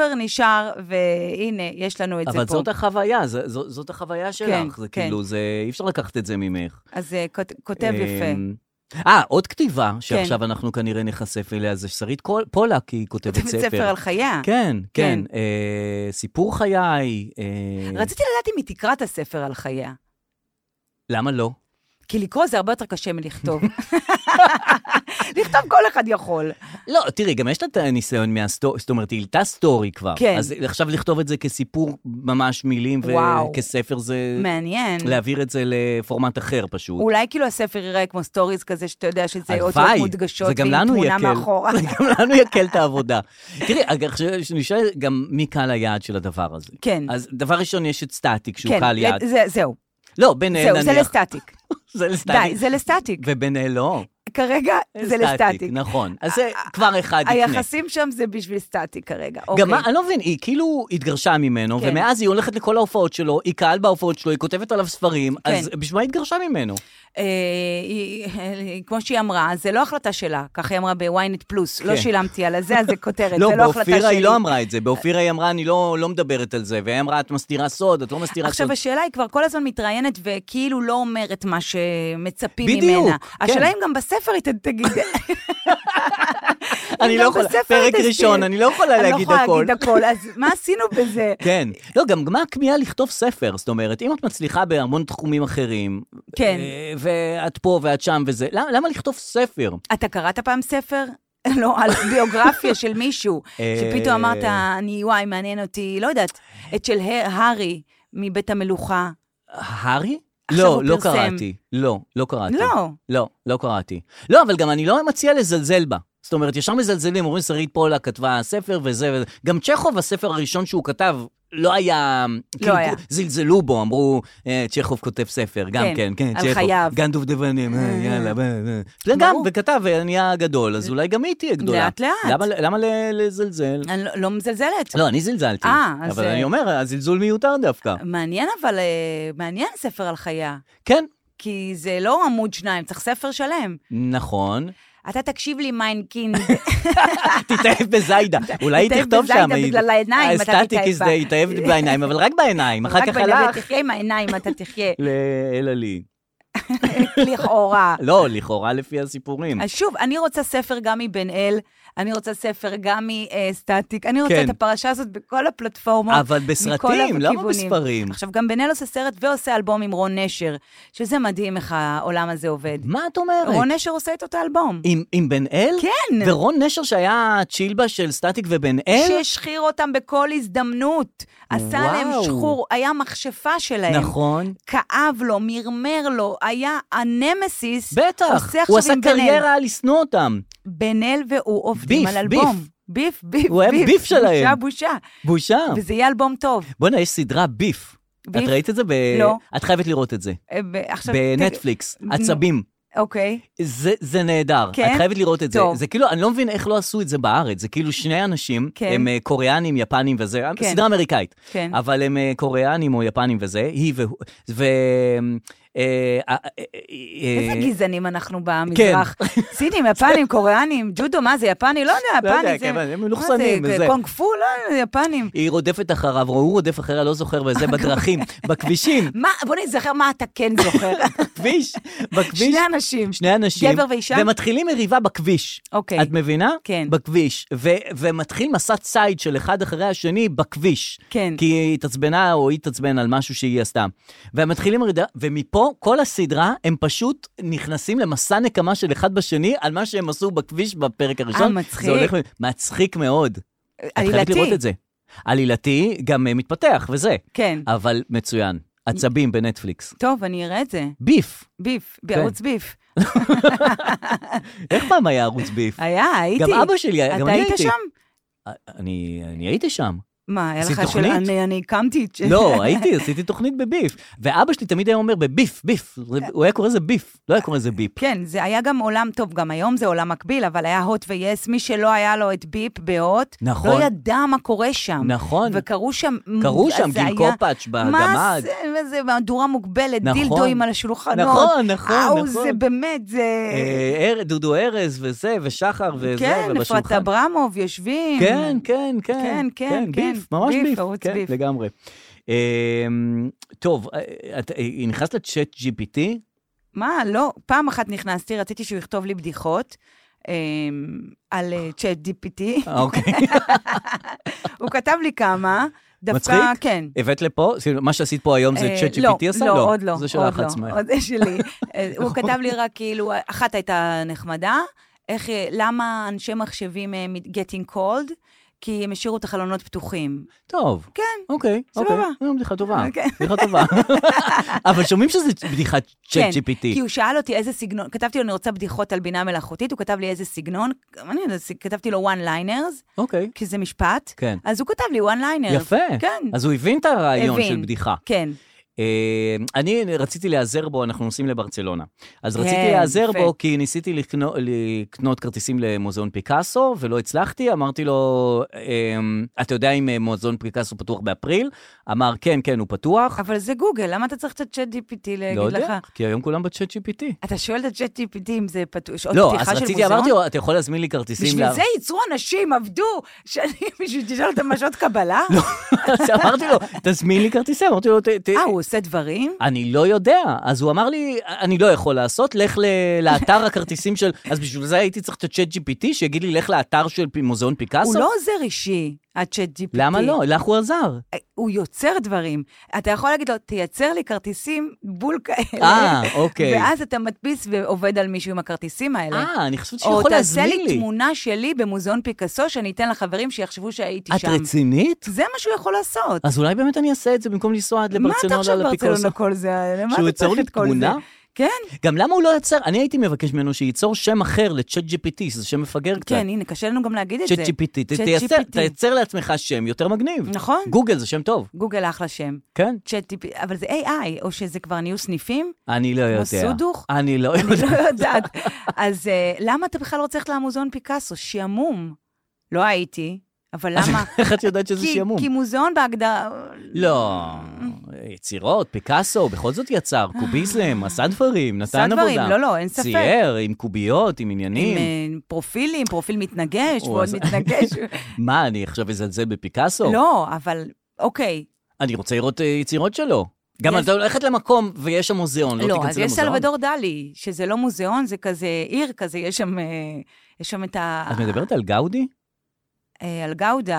אפשר, והנה, יש לנו את זה פה. אבל זאת החוויה, זאת החוויה שלך, זה כאילו, אי אפשר לקחת את זה ממך. אז כותב יפה. עוד כתיבה, שעכשיו אנחנו כנראה נחשף אליה, זה שרית פולק, היא כותבת ספר על חייה. כן, כן. סיפור חיי. רציתי לדעת אם היא תקרא את הספר על חייה. למה לא? כי לקרוא זה הרבה יותר קשה מלכתוב. לכתוב כל אחד יכול. לא, תראי, גם יש את הניסיון מהסטורי, זאת אומרת, היא העלתה סטורי כבר. כן. אז עכשיו לכתוב את זה כסיפור ממש מילים, וכספר זה... מעניין. להעביר את זה לפורמט אחר פשוט. אולי כאילו הספר יראה כמו סטוריז כזה, שאתה יודע שזה אותיות מודגשות, ועם תמונה מאחורה. זה גם לנו יקל את העבודה. תראי, נשאל גם מי קהל היעד של הדבר הזה. כן. אז דבר ראשון, יש את סטטיק, שהוא קהל יעד. זהו. לא, בנהל נניח. זהו, זה לסטטיק. זה לסטטיק. די, זה לסטטיק. ובנהל לא. כרגע זה לסטטיק. נכון. אז זה כבר אחד יקנה. היחסים שם זה בשביל סטטיק כרגע. גם מה, אני לא מבין, היא כאילו התגרשה ממנו, ומאז היא הולכת לכל ההופעות שלו, היא קהל בהופעות שלו, היא כותבת עליו ספרים, אז בשביל מה היא התגרשה ממנו? כמו שהיא אמרה, זה לא החלטה שלה, ככה היא אמרה בוויינט פלוס, לא שילמתי על זה, אז זה כותרת, זה לא החלטה שלי. באופירה היא לא אמרה את זה, באופירה היא אמרה, אני לא מדברת על זה, והיא אמרה, את מסתירה סוד, את לא מסתירה סוד. עכשיו, השאלה היא כבר כל הזמן מתראיינת, וכאילו לא אומרת מה שמצפים ממנה. השאלה אם גם בספר היא תגיד. אני לא יכולה, פרק ראשון, אני לא יכולה להגיד הכל. אז מה עשינו בזה? כן. לא, גם מה הכמיהה לכתוב ספר? זאת אומרת, אם את מצליחה בהמון תחומים אחרים, ואת פה ואת שם וזה, למה לכתוב ספר? אתה קראת פעם ספר? לא, על ביוגרפיה של מישהו, שפתאום אמרת, וואי, מעניין אותי, לא יודעת, את של הארי מבית המלוכה. הארי? לא קראתי. לא קראתי. לא קראתי. לא, אבל גם אני לא מציע לזלזל בה. זאת אומרת, ישר מזלזלים, אומרים שרית פולק כתבה ספר וזה, גם צ'כוב, הספר הראשון שהוא כתב, לא היה, זלזלו בו, אמרו, צ'כוב כותב ספר, גם כן, על חייו. גן דובדבנים, יאללה, גם, וכתב, ונהיה גדול, אז אולי גם היא תהיה גדולה. לאט לאט. למה לזלזל? אני לא מזלזלת. לא, אני זלזלתי, אבל אני אומר, הזלזול מיותר דווקא. מעניין, אבל מעניין ספר על חיה. כן. כי זה לא עמוד 2, צריך ספר שלם. נכון. אתה תקשיב לי מיינקינד. תתאהב בזיידה. אולי היא תכתוב שם. תתאהב בזיידה בגלל העיניים, אתה תתאהב בה. תתאהב בעיניים, אבל רק בעיניים. אחר כך הלך. תחיה עם העיניים, אתה תחיה. אלא לי. לכאורה. לא, לכאורה לפי הסיפורים. אז שוב, אני רוצה ספר גם מבן אל, אני רוצה ספר גם מסטטיק, אני רוצה את הפרשה הזאת בכל הפלטפורמות. אבל בסרטים, לא בספרים. עכשיו, גם בן אל עושה סרט ועושה אלבום עם רון נשר, שזה מדהים איך העולם הזה עובד. מה את אומרת? רון נשר עושה את אותו אלבום. עם בן אל? כן. ורון נשר שהיה צ'ילבה של סטטיק ובן אל? שהשחיר אותם בכל הזדמנות. עשה להם שחור, היה מכשפה שלהם. נכון. כאב לו, מרמר לו, היה הנמסיס. בטח, הוא עשה קריירה לשנוא אותם. בן אל והוא עובדים על אלבום. ביף. הוא היה ביף שלהם. בושה. וזה יהיה אלבום טוב. בוא'נה, יש סדרה ביף. את ראית את זה? לא. את חייבת לראות את זה. בנטפליקס, עצבים. אוקיי. זה נהדר. את חייבת לראות את זה. זה כאילו, אני לא מבין איך לא עשו את זה בארץ. זה כאילו שני אנשים, הם קוריאנים, יפנים וזה, סדרה אמריקאית. אבל הם קוריאנים או יפנים וזה, היא איזה גזענים אנחנו במזרח. סינים, יפנים, קוריאנים, ג'ודו, מה זה, יפני? לא יודע, יפני זה... הם מלוכסנים וזה. קונג פו, לא, יפנים. היא רודפת אחריו, הוא רודף אחריה, לא זוכר, וזה בדרכים, בכבישים. בוא נזכר מה אתה כן זוכר. בכביש. שני אנשים. גבר ואישה. ומתחילים מריבה בכביש. אוקיי. את מבינה? כן. בכביש. ומתחיל מסע ציד של אחד אחרי השני בכביש. כן. כי היא התעצבנה או היא התעצבן על משהו שהיא עשתה. ומתחילים מרידה, ומפה כל הסדרה, הם פשוט נכנסים למסע נקמה של אחד בשני, על מה שהם עשו בכביש בפרק הראשון. מצחיק. מצחיק מאוד. עלילתי. את חייבת לראות את זה. עלילתי גם מתפתח וזה. כן. אבל מצוין. עצבים בנטפליקס. טוב, אני אראה את זה. ביף. בערוץ ביף. איך פעם היה ערוץ ביף? הייתי. גם אבא שלי, גם אני הייתי. אתה היית שם? אני הייתי שם. מה, היה לך של... אני הקמתי... לא, עשיתי תוכנית בביף. ואבא שלי תמיד היה אומר בביף, ביף. הוא היה קורא לזה ביף, לא היה קורא לזה ביפ. כן, זה היה גם עולם טוב, גם היום זה עולם מקביל, אבל היה הוט ויס, מי שלא היה לו את ביפ בהוט, לא ידע מה קורה שם. נכון. וקראו שם... גיל קופאץ' בגמד. מה זה, מהדורה מוגבלת, דילדואים על השולחנות. נכון. זה באמת, זה... דודו ארז וזה, ושחר וזה, כן, אפרת אברמוב יושבים. כן. ביף, ממש ביף. כן, לגמרי. טוב, היא נכנסת לצ'אט GPT? מה? לא. פעם אחת נכנסתי, רציתי שהוא יכתוב לי בדיחות. על צ'אט GPT. אוקיי. הוא כתב לי כמה, מצחיק? כן. הבאת לפה? מה שעשית פה היום זה צ'אט GPT עשה? לא, עוד לא. זה שלך עצמך. עוד זה שלי. הוא כתב לי רק כאילו, אחת הייתה נחמדה, למה אנשי מחשבים getting cold? כי הם השאירו את החלונות פתוחים. טוב. כן. אוקיי. סבבה. בדיחה טובה. בדיחה טובה. אבל שומעים שזה בדיחת צ'אט GPT. כן, כי הוא שאל אותי איזה סגנון, כתבתי לו, אני רוצה בדיחות על בינה מלאכותית, הוא כתב לי איזה סגנון, כתבתי לו one-liners, אוקיי. כי זה משפט, כן. אז הוא כתב לי one-liners. יפה. כן. אז הוא הבין את הרעיון של בדיחה. כן. אני רציתי להיעזר בו, אנחנו נוסעים לברצלונה. אז רציתי להיעזר בו, כי ניסיתי לקנות כרטיסים למוזיאון פיקאסו, ולא הצלחתי, אמרתי לו, אתה יודע אם מוזיאון פיקאסו פתוח באפריל? אמר, כן, כן, הוא פתוח. אבל זה גוגל, למה אתה צריך את הצ'אט GPT להגיד לך? לא יודע, כי היום כולם בצ'אט GPT. אתה שואל את הצ'אט GPT אם זה שעות לא, פתיחה אז של רציתי, מוזיאון? אמרתי לו, אתה יכול להזמין לי כרטיסים. בשביל זה ייצרו אנשים, עבדו, בשביל תשאל אותם משעות קבלה? לא, אז אמרתי לו, תזמין לי כרטיסים, אמרתי לו, הוא עושה דברים? אני לא יודע, אז הוא אמר לי, אני לא יכול לעשות, לך לאתר הכרטיסים של, אז בשביל זה הייתי צריך את הצ'אט GPT, שיגיד לי, לך לאתר של מוזיאון פיקאסו. הוא לא עוזר אישי, הצ'אט GPT. למה לא? לך הוא עזר. הוא יוצר דברים. אתה יכול להגיד לו, תייצר לי כרטיסים בול כאלה. אוקיי. ואז אתה מדפיס ועובד על מישהו עם הכרטיסים האלה. אני חושבת שיכול להזמין לי. או תעשה לי תמונה שלי במוזיאון פיקאסו, שאני אתן לחברים שיחשבו שהייתי שם. את רצינית? זה מה שהוא יכול לעשות. אז אולי באמת אני אעשה את זה במקום לנסוע עד לברצלונה לפיקאסו. כל זה? שהוא יצור לי תמונה? כן. גם למה הוא לא יצר? אני הייתי מבקש ממנו שייצור שם אחר לצ'אט GPT, שזה שם מפגר קצת. כן, הנה, קשה לנו גם להגיד את זה. צ'אט GPT, תייצר לעצמך שם יותר מגניב. נכון. גוגל זה שם טוב. גוגל אחלה שם. כן. צ'אט GPT, אבל זה AI, או שזה כבר נהיו סניפים? אני לא יודע. סודוך? אני לא יודעת. אז למה אתה בכלל רוצה ללכת למוזיאון פיקאסו? שעמום. לא הייתי. אבל למה? איך את יודעת שזה שעמום? כי מוזיאון בהגדרה... לא, יצירות, פיקאסו, בכל זאת יצר, קוביזם, עשה דברים, נתן עבודה. עשה דברים, לא, אין ספק. צייר, עם קוביות, עם עניינים. עם פרופילים, פרופיל מתנגש, ועוד מתנגש. מה, אני עכשיו אזלזל בפיקאסו? לא, אבל, אוקיי. אני רוצה לראות יצירות שלו. גם אתה הולכת למקום ויש שם מוזיאון, לא תיכנסי למוזיאון. לא, אז יש סלבדור דלי, שזה לא מוזיאון, זה כזה עיר כזה, יש שם את ה... את מדברת על גאודי? על גאודה.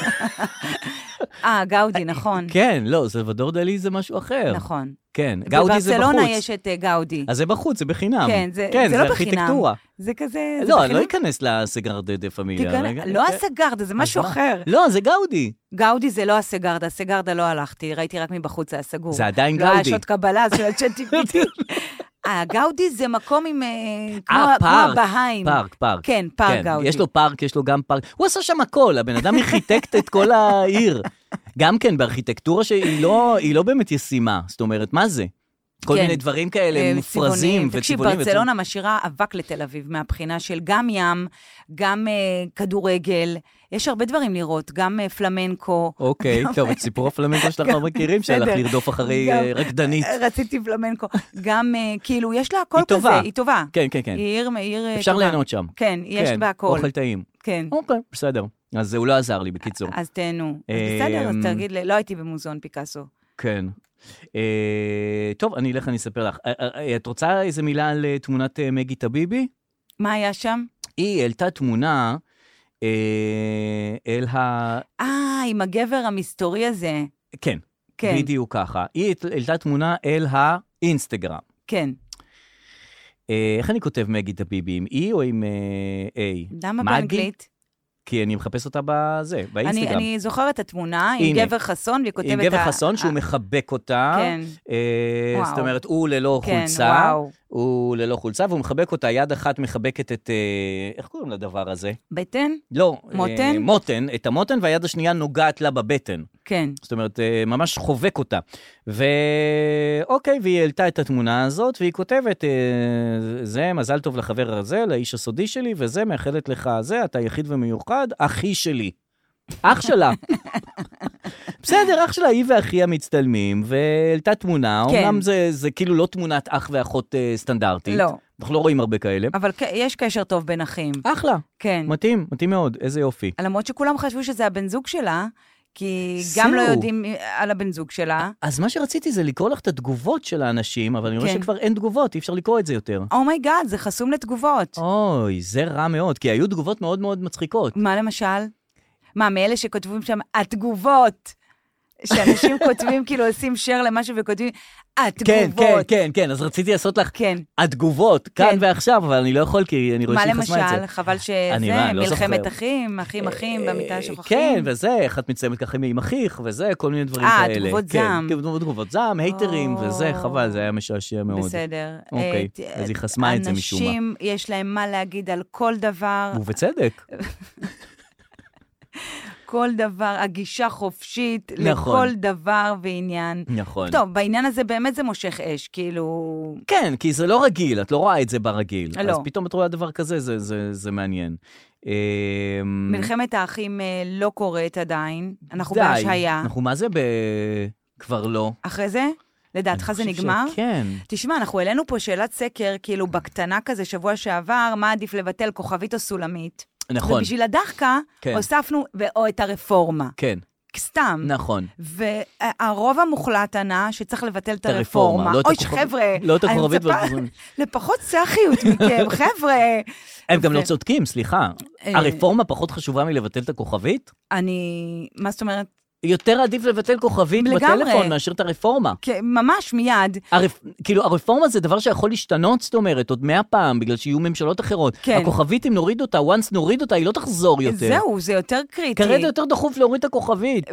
גאודי, נכון. כן, לא, סלבדור דלי זה משהו אחר. נכון. כן, גאודי זה בחוץ. בברצלונה יש את גאודי. אז זה בחוץ, זה בחינם. כן, זה לא בחינם. זה כזה... לא, אני לא אכנס לסגרדה דה פמיליה. לא הסגרדה, זה משהו אחר. לא, זה גאודי. גאודי זה לא הסגרדה, הסגרדה לא הלכתי, ראיתי רק מבחוץ, זה היה סגור. זה עדיין גאודי. לא היה שעות קבלה, זה של ChatGPT. גאודי זה מקום עם... כמו בהיים. פארק. כן, פארק גאודי. יש לו פארק, יש לו גם פארק. הוא עשה שם הכל, הבן אדם ארכיטקט את כל העיר. גם כן, בארכיטקטורה שהיא לא באמת ישימה. זאת אומרת, מה זה? כל מיני דברים כאלה מופרזים וצבעונים. תקשיב, ברצלונה משאירה אבק לתל אביב, מהבחינה של גם ים, גם כדורגל, יש הרבה דברים לראות, גם פלמנקו. אוקיי, טוב, את סיפור הפלמנקו שלך לא מכירים, שהלך לרדוף אחרי רקדנית. רציתי פלמנקו. גם, כאילו, יש לה הכל כזה, היא טובה. כן. היא עיר טובה. אפשר ליהנות שם. כן, יש בה הכל. אוכל טעים. כן. אוקיי, בסדר. אז הוא לא עזר לי, בקיצור. אז תהנו. בסדר, אז תגיד לי, לא הייתי במוזיאון פיקאסו. כן. טוב, אני אלך, אני אספר לך. את רוצה איזה מילה על תמונת מגי טביבי? מה היה שם? היא העלתה תמונה אל עם הגבר המסתורי הזה. כן, בדיוק ככה. היא העלתה תמונה אל האינסטגרם. כן. איך אני כותב מגי טביבי? עם E או עם A? למה באנגלית? כי אני מחפש אותה באינסטגרם. אני זוכרת את התמונה עם גבר חסון, והיא כותבת... עם גבר חסון שהוא מחבק אותה. כן. זאת אומרת, הוא ללא חולצה. הוא ללא חולצה, והוא מחבק אותה. יד אחת מחבקת את... איך קוראים לדבר הזה? בטן? לא. מותן? מותן, את המותן, והיד השנייה נוגעת לה בבטן. כן. זאת אומרת, ממש חובק אותה. ואוקיי, והיא העלתה את התמונה הזאת, והיא כותבת, זה מזל טוב לחבר הזה, לאיש הסודי שלי, וזה מאחלת לך זה, אתה יחיד ומיוחד, אחי שלי. אח שלה. בסדר, אח שלה, היא ואחיה מצטלמים, והעלתה תמונה, כן. אומנם זה כאילו לא תמונת אח ואחות סטנדרטית. לא. אנחנו לא רואים הרבה כאלה. אבל יש קשר טוב בין אחים. אחלה. כן. מתאים מאוד, איזה יופי. למרות שכולם חשבו שזה הבן זוג שלה, כי גם לא יודעים על הבן זוג שלה. אז מה שרציתי זה לקרוא לך את התגובות של האנשים, אבל אני רואה שכבר אין תגובות, אי אפשר לקרוא את זה יותר. אומייגאד, זה חסום לתגובות. אוי, זה רע מאוד, כי היו תגובות מאוד מאוד מצחיקות. מה למשל? מה, מאלה שכותבים שם, התגובות. שאנשים כותבים, כאילו עושים share למשהו וכותבים, התגובות. כן, אז רציתי לעשות לך התגובות, כאן ועכשיו, אבל אני לא יכול, כי אני רואה שהיא חסמה את זה. מה למשל? חבל שזה מלחמת אחים, אחים במיטה שוכחים. כן, וזה, איך את מציימת ככה עם אחיך, וזה, כל מיני דברים כאלה. תגובות זעם. תגובות זעם, הייטרים, וזה, חבל, זה היה משעשע מאוד. בסדר. אוקיי, אז היא חסמה את זה משום מה. אנשים, יש להם מה להגיד על כל דבר. ובצדק. כל דבר, הגישה חופשית, לכל דבר ועניין. נכון. טוב, בעניין הזה באמת זה מושך אש, כאילו... כן, כי זה לא רגיל, את לא רואה את זה ברגיל. לא. אז פתאום את רואה דבר כזה, זה מעניין. מלחמת האחים לא קורית עדיין, אנחנו בהשהיה. אנחנו מה זה כבר לא. אחרי זה? לדעתך זה נגמר? כן. תשמע, אנחנו העלינו פה שאלת סקר, כאילו בקטנה כזה שבוע שעבר, מה עדיף לבטל, כוכבית או סולמית? נכון. ובשביל הדחקה, הוספנו, או את הרפורמה. כן. סתם. נכון. והרוב המוחלט ענה שצריך לבטל את הרפורמה. אוי, חבר'ה, לא את הכוכבית. לפחות צחיות מכם, חבר'ה. הם גם לא צודקים, סליחה. הרפורמה פחות חשובה מלבטל את הכוכבית? מה זאת אומרת? יותר עדיף לבטל כוכבית בטלפון מאשר את הרפורמה. ממש מיד. כאילו, הרפורמה זה דבר שיכול להשתנות, זאת אומרת, עוד 100 פעם, בגלל שיהיו ממשלות אחרות. הכוכבית, אם נוריד אותה, once נוריד אותה, היא לא תחזור יותר. זהו, זה יותר קריטי. כרגע יותר דחוף להוריד את הכוכבית.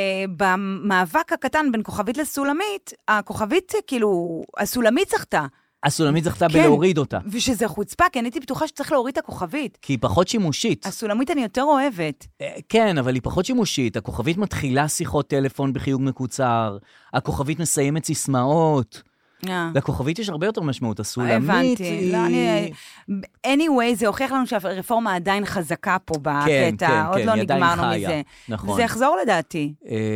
ובמאבק הקטן בין כוכבית לסולמית, הכוכבית, כאילו, הסולמית זכתה. הסולמית זכתה בלהוריד אותה. ושזה חוצפה, כי אני הייתי בטוחה שצריך להוריד את הכוכבית. כי היא פחות שימושית. הסולמית אני יותר אוהבת. כן, אבל היא פחות שימושית. הכוכבית מתחילה שיחות טלפון בחיוג מקוצר. הכוכבית מסיימת סיסמאות. לכוכבית יש הרבה יותר משמעות. הסולמית היא... anyway, זה הוכיח לנו שהרפורמה עדיין חזקה פה בקטע. עוד לא נגמרנו מזה. זה יחזור לדעתי.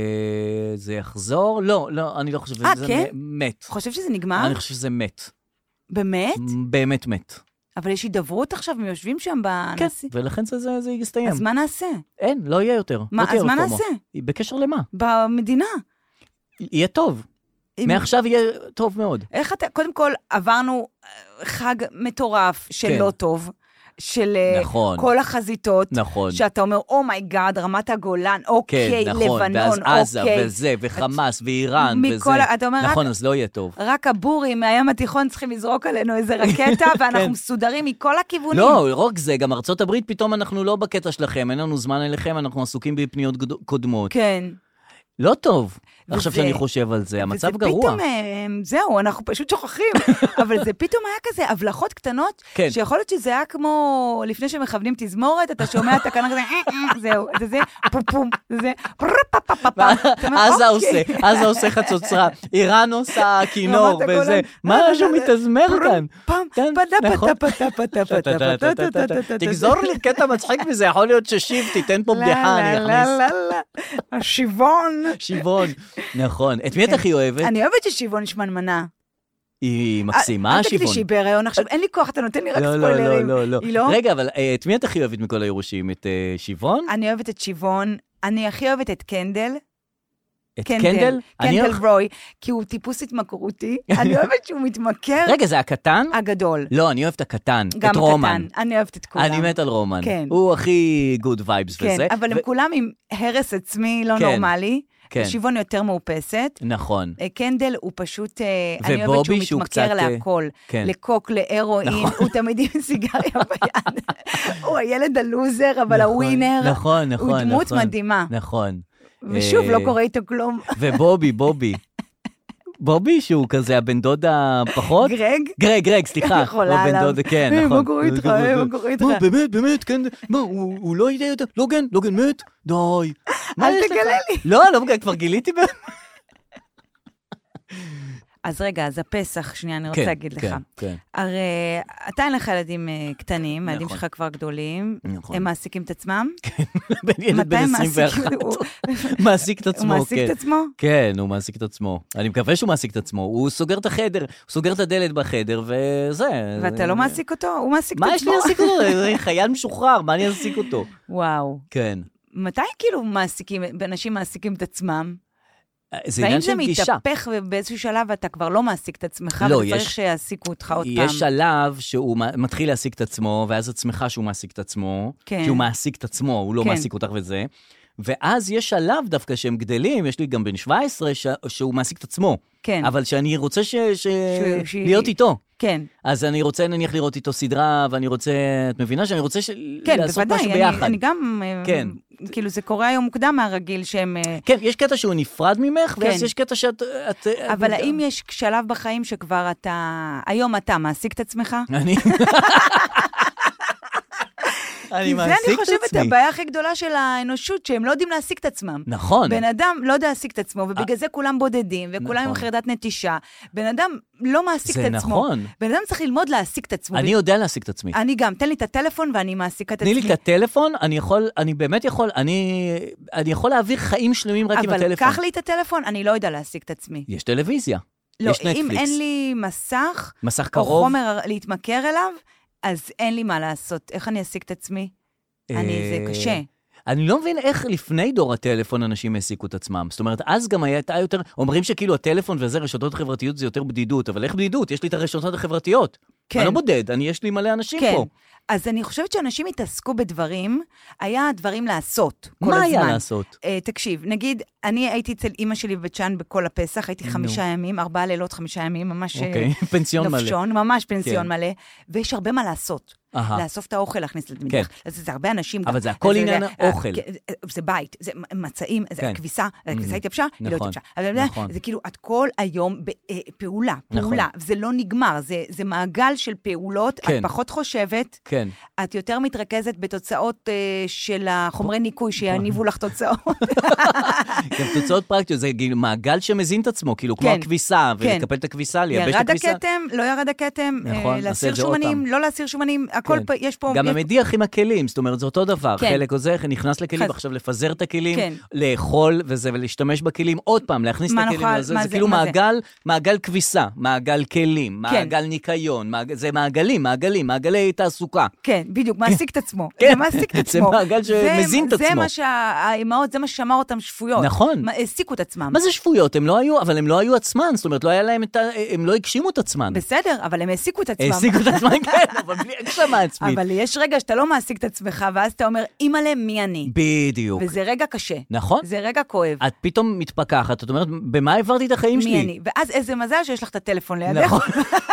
זה יחזור? לא, אני לא חושב שזה מת. חושב שזה נגמר? אני חושב שזה מת. באמת? באמת מת. אבל יש הידברות עכשיו, הם יושבים שם בנשיא. כן, ולכן זה יסתיים. אז מה נעשה? אין, לא יהיה יותר. אז מה נעשה? בקשר למה? במדינה. יהיה טוב. מעכשיו יהיה טוב מאוד. איך אתה, קודם כל, עברנו חג מטורף של לא טוב. של כל החזיתות, שאתה אומר, אומייגאד, רמת הגולן, אוקיי, לבנון, ואז עזה, וזה, וחמאס, ואיראן, וזה. נכון, אז לא יהיה טוב. רק הבורים מהים התיכון צריכים לזרוק עלינו איזה רקטה, ואנחנו מסודרים מכל הכיוונים. לא, רק זה, גם ארצות הברית, פתאום אנחנו לא בקטע שלכם, אין לנו זמן אליכם, אנחנו עסוקים בפניות קודמות. כן. לא טוב. עכשיו שאני חושב על זה, המצב גרוע. פתאום, זהו, אנחנו פשוט שוכחים, אבל זה פתאום היה כזה הבלחות קטנות, שיכול להיות שזה היה כמו, לפני שמכוונים תזמורת, אתה שומע את הקנה כזה, זהו, זה פופום, זה עזה עושה חצוצרה, איראן עושה כינור, וזה, משהו מתזמר כאן. תגזור לי קטע מצחיק מזה, יכול להיות ששיב, תיתן פה בדיחה, אני אכניס. השיבון. שיבון, נכון. את מי את הכי אוהבת? אני אוהבת ששיבון שמנמנה. היא מקסימה, שיבון. אל תגיד לי שהיא בהיריון עכשיו, אין לי כוח, אתה נותן לי רק ספוילרים. לא. רגע, אבל את מי את הכי אוהבת מכל הירושים? את שיבון? אני אוהבת את שיבון, אני הכי אוהבת את קנדל. את קנדל? קנדל רוי, כי הוא טיפוס התמכרותי. אני אוהבת שהוא מתמכר. רגע, זה הקטן? הגדול. לא, אני אוהבת את הקטן, את רומן. אני אוהבת את כולם. אני מת על רומן. הוא הכי גוד וייבס וזה. כן, אבל הם כולם עם הרס עצמי לא נורמלי. שיבון יותר מאופסת. נכון. קנדל הוא פשוט, אני אוהבת שהוא מתמכר להכל. לקוק, להרואין, הוא תמיד עם סיגריה ביד. הוא הילד הלוזר, אבל הווינר. נכון. הוא דמות מדהימה. נכון. ושוב, לא קורה איתו כלום. בובי, שהוא כזה הבן דוד הפחות? גרג, סליחה. יכולה עליו. כן, נכון. מה קורה איתך? באמת, כן. מה, הוא לא ידע יותר? לוגן, מת? די. אל תגלה לי. לא, כבר גיליתי. אז רגע, אז הפסח, שנייה, אני רוצה להגיד לך. כן. הרי אתה אין לך ילדים קטנים, הילדים שלך כבר גדולים, הם מעסיקים את עצמם? כן, ילד בן 21. מעסיק את עצמו, כן. הוא מעסיק את עצמו? כן, הוא מעסיק את עצמו. אני מקווה שהוא מעסיק את עצמו. הוא סוגר את החדר, הוא סוגר את הדלת בחדר, וזה. ואתה לא מעסיק אותו? הוא מעסיק את עצמו. מה יש לי להעסיק אותו? זה חייל משוחרר, מה אני אעסיק אותו? וואו. כן. מתי כאילו אנשים מעסיקים את עצמם? זה עניין של גישה. והאם זה מתהפך באיזשהו שלב אתה כבר לא מעסיק את עצמך, וצריך שיעסיקו אותך עוד פעם? יש שלב שהוא מתחיל להעסיק את עצמו, ואז את שמחה שהוא מעסיק את עצמו, כי הוא מעסיק את עצמו, הוא לא מעסיק אותך וזה, ואז יש שלב דווקא שהם גדלים, יש לי גם בן 17, שהוא מעסיק את עצמו, אבל שאני רוצה להיות איתו. כן. אז אני רוצה נניח לראות איתו סדרה, ואני רוצה, את מבינה שאני רוצה לעשות משהו ביחד. כן, אני גם, כאילו זה קורה היום מוקדם מהרגיל שהם... כן, יש קטע שהוא נפרד ממך, ואז יש קטע שאת... אבל האם יש שלב בחיים שכבר היום אתה מעסיק את עצמך? אני מעסיק את עצמי. כי זה אני חושבת הבעיה הכי גדולה של האנושות, שהם לא יודעים להעסיק את עצמם. נכון. בן אדם לא יודע להעסיק את עצמו, ובגלל זה כולם בודדים, וכולם עם חרדת נטישה. בן אדם לא מעסיק את עצמו. זה נכון. בן אדם צריך ללמוד להעסיק את עצמו. אני יודע להעסיק את עצמי. אני גם, תן לי את הטלפון ואני מעסיק את עצמי. תני לי את הטלפון, אני באמת יכול, אני יכול להעביר חיים שלמים רק עם הטלפון. אבל קח לי את הטלפון, אני לא יודע להעסיק את עצמי. יש טלוויזיה. לא, אם אין לי מסך קרוב, או חומר להתמכר אליו, אז אין לי מה לעשות. איך אני אעסיק את עצמי? זה קשה. אני לא מבין איך לפני דור הטלפון אנשים העסיקו את עצמם. זאת אומרת, אז גם הייתה יותר... אומרים שכאילו הטלפון וזה, רשתות חברתיות זה יותר בדידות, אבל איך בדידות? יש לי את הרשתות החברתיות. כן. אני לא בודד, יש לי מלא אנשים פה. אז אני חושבת שאנשים התעסקו בדברים, היה דברים לעשות כל הזמן. מה היה לעשות? תקשיב, נגיד, אני הייתי אצל אמא שלי בבית שאן בכל הפסח, הייתי 5 ימים, 4 לילות, 5 ימים, ממש פנסיון נפשון, ממש פנסיון מלא, ויש הרבה מה לעשות. לאסוף את האוכל, להכניס לתמידך. זה הרבה אנשים. אבל זה הכל עניין האוכל. זה בית, זה מצעים, זה כביסה, הכביסה התייבשה, היא לא התייבשה. זה כאילו, את כל היום פעולה. זה לא נגמר, זה מעגל של פעולות, את פחות חושבת, את יותר מתרכזת בתוצאות של החומרי ניקוי, שיניבו לך תוצאות. גם תוצאות פרקטיות, זה מעגל שמזין את עצמו, כאילו כמו הכביסה, ולקפל את הכביסה, לייבש את הכביסה. ירד הכתם, לא ירד הכתם, להסיר שומנים, לא להסיר שומנים, הכל יש פה... גם המדיח עם הכלים, זאת אומרת, זה אותו דבר, חלק או זה, נכנס לכלים, עכשיו לפזר את הכלים, לאכול וזה, ולהשתמש בכלים, עוד פעם, להכניס את הכלים, זה כאילו מעגל כביסה, מעגל כלים, מעגל ניקיון, זה מעגלי תעסוקה. כן, בדיוק, מעסיק את עצמו. זה מעסיק את עצמו. זה מעגל שמזין את עצמו. זה מה שהאימהות, זה מה ששמר אותם שפויות. נכון. העסיקו את עצמם. מה זה שפויות? הם לא היו, אבל הם לא היו עצמן, זאת אומרת, לא היה להם הם לא הגשימו את עצמן. בסדר, אבל הם העסיקו את עצמם. העסיקו את עצמם, כן, אבל בלי הגשמה עצמית. אבל יש רגע שאתה לא מעסיק את עצמך, ואז אתה אומר, אימא'לה, מי אני? בדיוק. וזה רגע קשה. נכון. זה רגע כואב. את פתאום מתפקחת, את אומרת, במה העברתי את החיים שלי? מי אני? ואז איזה מזל שיש לך את הטלפון לידך. נכון.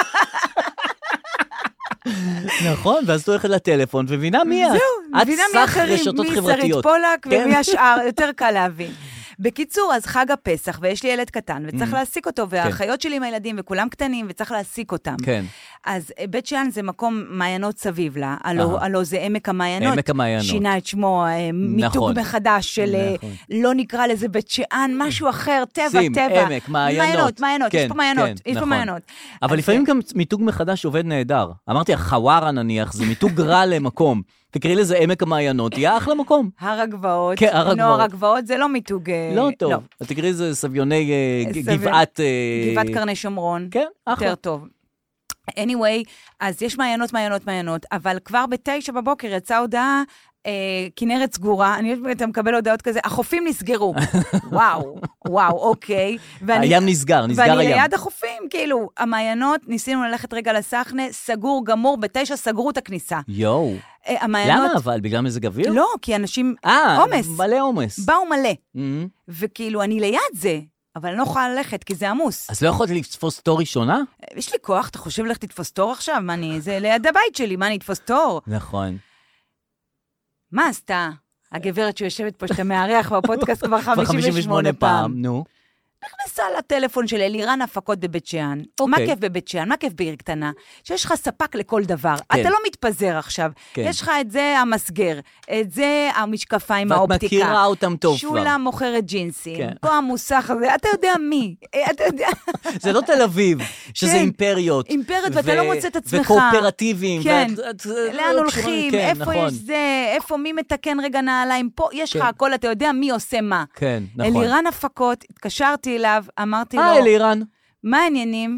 נכון, ואז את הולכת לטלפון, ומבינה מי את? זהו, מבינה מי אחרים, מי שרית פולק ומי השאר, יותר קל להבין. בקיצור, אז חג הפסח, ויש לי ילד קטן, וצריך להעסיק אותו, והאחיות שלי עם הילדים, וכולם קטנים, וצריך להעסיק אותם. כן. אז בית שאן זה מקום מעיינות סביב לה, הלא זה עמק המעיינות. עמק המעיינות. שינה את שמו, מיתוג מחדש של לא נקרא לזה בית שאן, משהו אחר, טבע. עמק, מעיינות. מעיינות, יש פה מעיינות, יש פה מעיינות. אבל לפעמים גם מיתוג מחדש עובד נהדר. אמרתי, חווארה נניח, זה מיתוג רע למקום. תקראי לזה עמק המעיינות, יהיה אחלה מקום. הר הגבעות. כן, הר הגבעות. הר הגבעות זה לא מיתוג... לא טוב. תקראי לזה סביוני גבעת... גבעת קרני שומרון. כן, אחלה. יותר טוב. anyway, אז יש מעיינות, אבל כבר 9 בבוקר יצאה הודעה, כנרת סגורה, אתה מקבל הודעות כזה, החופים נסגרו. וואו, אוקיי. הים נסגר הים. ואני ליד החופים, כאילו, המעיינות, ניסינו ללכת רגע לסחנה, סגור גמור, 9 סגרו את הכניסה. יואו. למה אבל? בגלל מזג אוויר? לא, כי אנשים, עומס. מלא עומס. באו מלא. וכאילו, אני ליד זה. אבל אני לא יכולה ללכת, כי זה עמוס. אז לא יכולת לתפוס תור ראשונה? יש לי כוח, אתה חושב ללכת לתפוס תור עכשיו? זה ליד הבית שלי, מה אני אתפוס תור? נכון. מה עשתה? הגברת שיושבת פה שאתה מערך בפודקאסט כבר 58 פעם. נו. נכנסה לטלפון של אלירן הפקות בבית שאן. מה כיף בבית שאן? מה כיף בעיר קטנה? שיש לך ספק לכל דבר. אתה לא מתפזר עכשיו. יש לך את זה המסגר, את זה המשקפיים האופטיקה. ואת מכירה אותם טוב כבר. שולה מוכרת ג'ינסים. פה המוסך הזה, אתה יודע מי. אתה יודע. זה לא תל אביב, שזה אימפריות. אימפריות, ואתה לא מוצא את עצמך. וקואופרטיביים. כן. לאן הולכים? איפה יש זה? איפה מי מתקן רגע נעליים? פה יש לך הכל, אתה יודע מי עושה מה. כן, נכון. אלירן הפקות, התקשרתי אליו, אמרתי לו, אלירן. מה העניינים?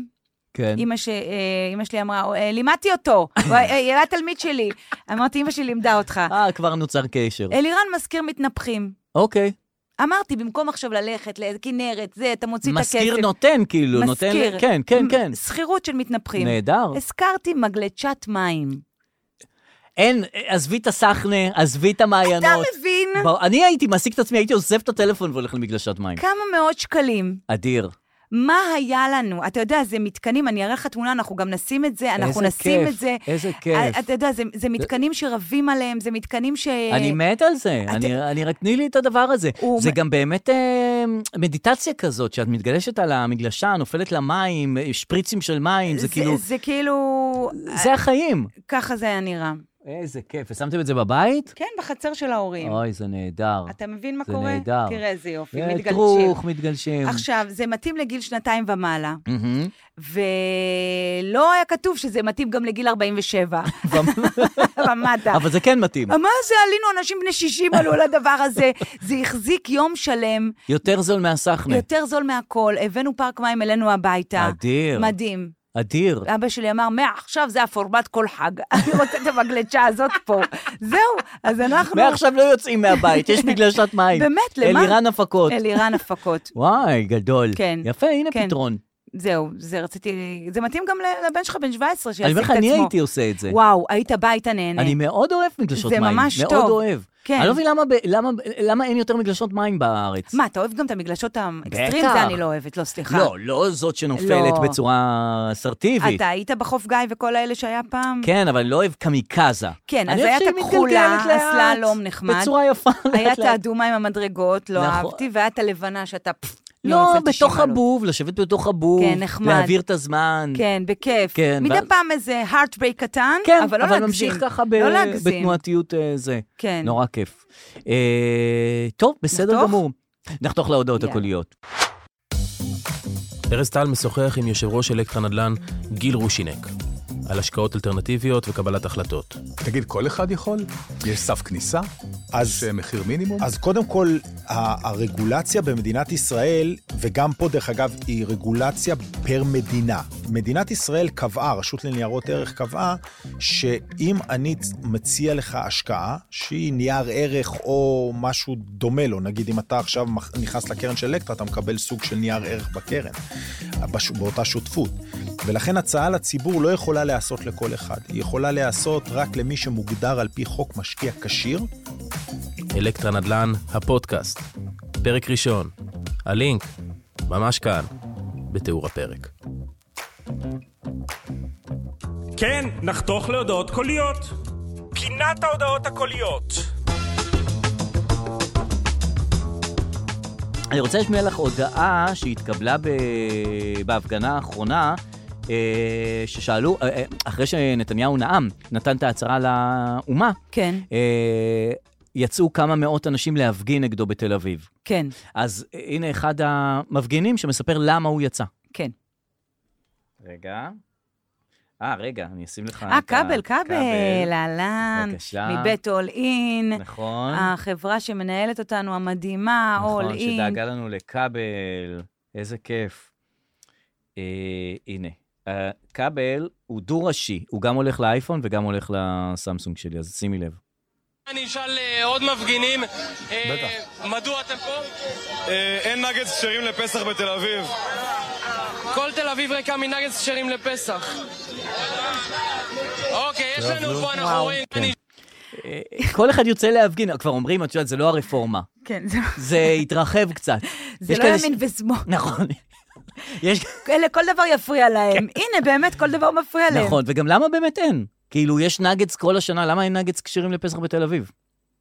כן. אמא שלי אמרה, לימדתי אותו, היה תלמיד שלי. אמרתי, אמא שלי לימדה אותך. כבר נוצר קשר. אלירן מזכיר מתנפחים. אוקיי. אמרתי, במקום עכשיו ללכת לכנרת, אתה מוציא את הכסף. מזכיר נותן, כאילו. מזכיר. כן. שכירות של מתנפחים. נהדר. הזכרתי מגלצ'ת מים. אין, עזבי את הסחנה, עזבי את המעיינות. אתה מבין? אני הייתי מעסיק את עצמי, הייתי עוזב את הטלפון והולך למגלשת מים. כמה מאות שקלים. אדיר. מה היה לנו? אתה יודע, זה מתקנים, אני אראה לך תמונה, אנחנו גם נשים את זה, אנחנו נשים את זה. איזה כיף. אתה יודע, זה מתקנים שרבים עליהם, זה מתקנים אני מת על זה, אני רק תני לי את הדבר הזה. זה גם באמת מדיטציה כזאת, שאת מתגלשת על המגלשה, נופלת למים, שפריצים של מים, זה כאילו... זה כאילו... זה החיים. ככה זה היה נראה. איזה כיף. ושמתם את זה בבית? כן, בחצר של ההורים. אוי, זה נהדר. אתה מבין מה זה קורה? נהדר. תראה איזה יופי, מתגלשים. טרוך, מתגלשים. עכשיו, זה מתאים לגיל 2 ומעלה, ולא היה כתוב שזה מתאים גם לגיל 47. ומטה. אבל זה כן מתאים. מה זה, עלינו אנשים בני 60 עלו לדבר הזה. זה החזיק יום שלם. יותר זול מהסחנה. יותר זול מהכל. הבאנו פארק מים אלינו הביתה. אדיר. מדהים. אדיר. אבא שלי אמר, מעכשיו זה הפורמט כל חג. אני רוצה את המגלצ'ה הזאת פה. זהו, אז אנחנו... מעכשיו לא יוצאים מהבית, יש מגלשת מים. באמת, למה? אלירן הפקות. אלירן הפקות. וואי, גדול. כן. יפה, הנה פתרון. זהו, זה מתאים גם לבן שלך בן 17, שיעסיק את עצמו. אני אומר לך, אני הייתי עושה את זה. וואו, היית בא, היית נהנה. אני מאוד אוהב מגלשות מים. זה ממש טוב. מאוד אוהב. כן. אני לא מבין למה אין יותר מגלשות מים בארץ. מה, אתה אוהב גם את המגלשות האקסטרים? זה אני לא אוהבת, לא, סליחה. לא זאת שנופלת בצורה אסרטיבית. אתה היית בחוף גיא וכל האלה שהיה פעם? כן, אבל לא אוהב קמיקזה. כן, אז היה את הכחולה, הסללום נחמד. בצורה יפה. היה את האדומה עם המדרגות, לא אהבתי, והיה את הלבנה שאתה... לא, בתוך הבוב, לשבת בתוך הבוב. כן, נחמד. להעביר את הזמן. כן, בכיף. כן. מדי פעם איזה heartbreak קטן, אבל לא להגזים. אבל ממשיך ככה בתנועתיות זה. כן. נורא כיף. טוב, בסדר גמור. נחתוך להודעות הקוליות. ארז טל משוחח עם יושב ראש אלקטרה נדל"ן גיל רושינק על השקעות אלטרנטיביות וקבלת החלטות. תגיד, כל אחד יכול? יש סף כניסה? יש מחיר מינימום? אז קודם כל, הרגולציה במדינת ישראל, וגם פה דרך אגב, היא רגולציה פר מדינה. מדינת ישראל קבעה, רשות לניירות ערך קבעה, שאם אני מציע לך השקעה, שהיא נייר ערך או משהו דומה לו, נגיד אם אתה עכשיו נכנס לקרן של אלקטרה, אתה מקבל סוג של נייר ערך בקרן, באותה שותפות. ולכן הצעה לציבור לא יכולה לעשות לכל אחד. היא יכולה לעשות רק למי שמוגדר על פי חוק משקיע כשיר. אלקטרה נדל"ן, הפודקאסט. פרק ראשון. הלינק, ממש כאן, בתיאור הפרק. כן, נחתוך להודעות קוליות. פינת ההודעות הקוליות. אני רוצה לשמיע לך הודעה שהתקבלה בהפגנה האחרונה, ששאלו, אחרי שנתניהו נאם, נתן את ההצהרה לאומה, כן. יצאו כמה מאות אנשים להפגין נגדו בתל אביב. כן. אז הנה אחד המפגינים שמספר למה הוא יצא. כן. רגע, אני אשים לך כבל, אהלן, מבית אול אין. נכון. החברה שמנהלת אותנו, המדהימה, אול אין. נכון, שדאגה לנו לכבל, איזה כיף. הנה, כבל הוא דו-ראשי, הוא גם הולך לאייפון וגם הולך לסמסונג שלי, אז שימי לב. אני אשאל עוד מפגינים, מדוע אתם פה? אין נגץ כשרים לפסח בתל אביב. כל תל אביב ריקה מנגץ כשרים לפסח. אוקיי, יש לנו פה, אנחנו רואים. כל אחד יוצא להפגין, כבר אומרים, את יודעת, זה לא הרפורמה. כן. זה התרחב קצת. זה לא ימין ושמאל. נכון. כל דבר יפריע להם. הנה, באמת, כל דבר מפריע להם. נכון, וגם למה באמת אין? כאילו, יש נגץ כל השנה, למה אין נגץ כשרים לפסח בתל אביב?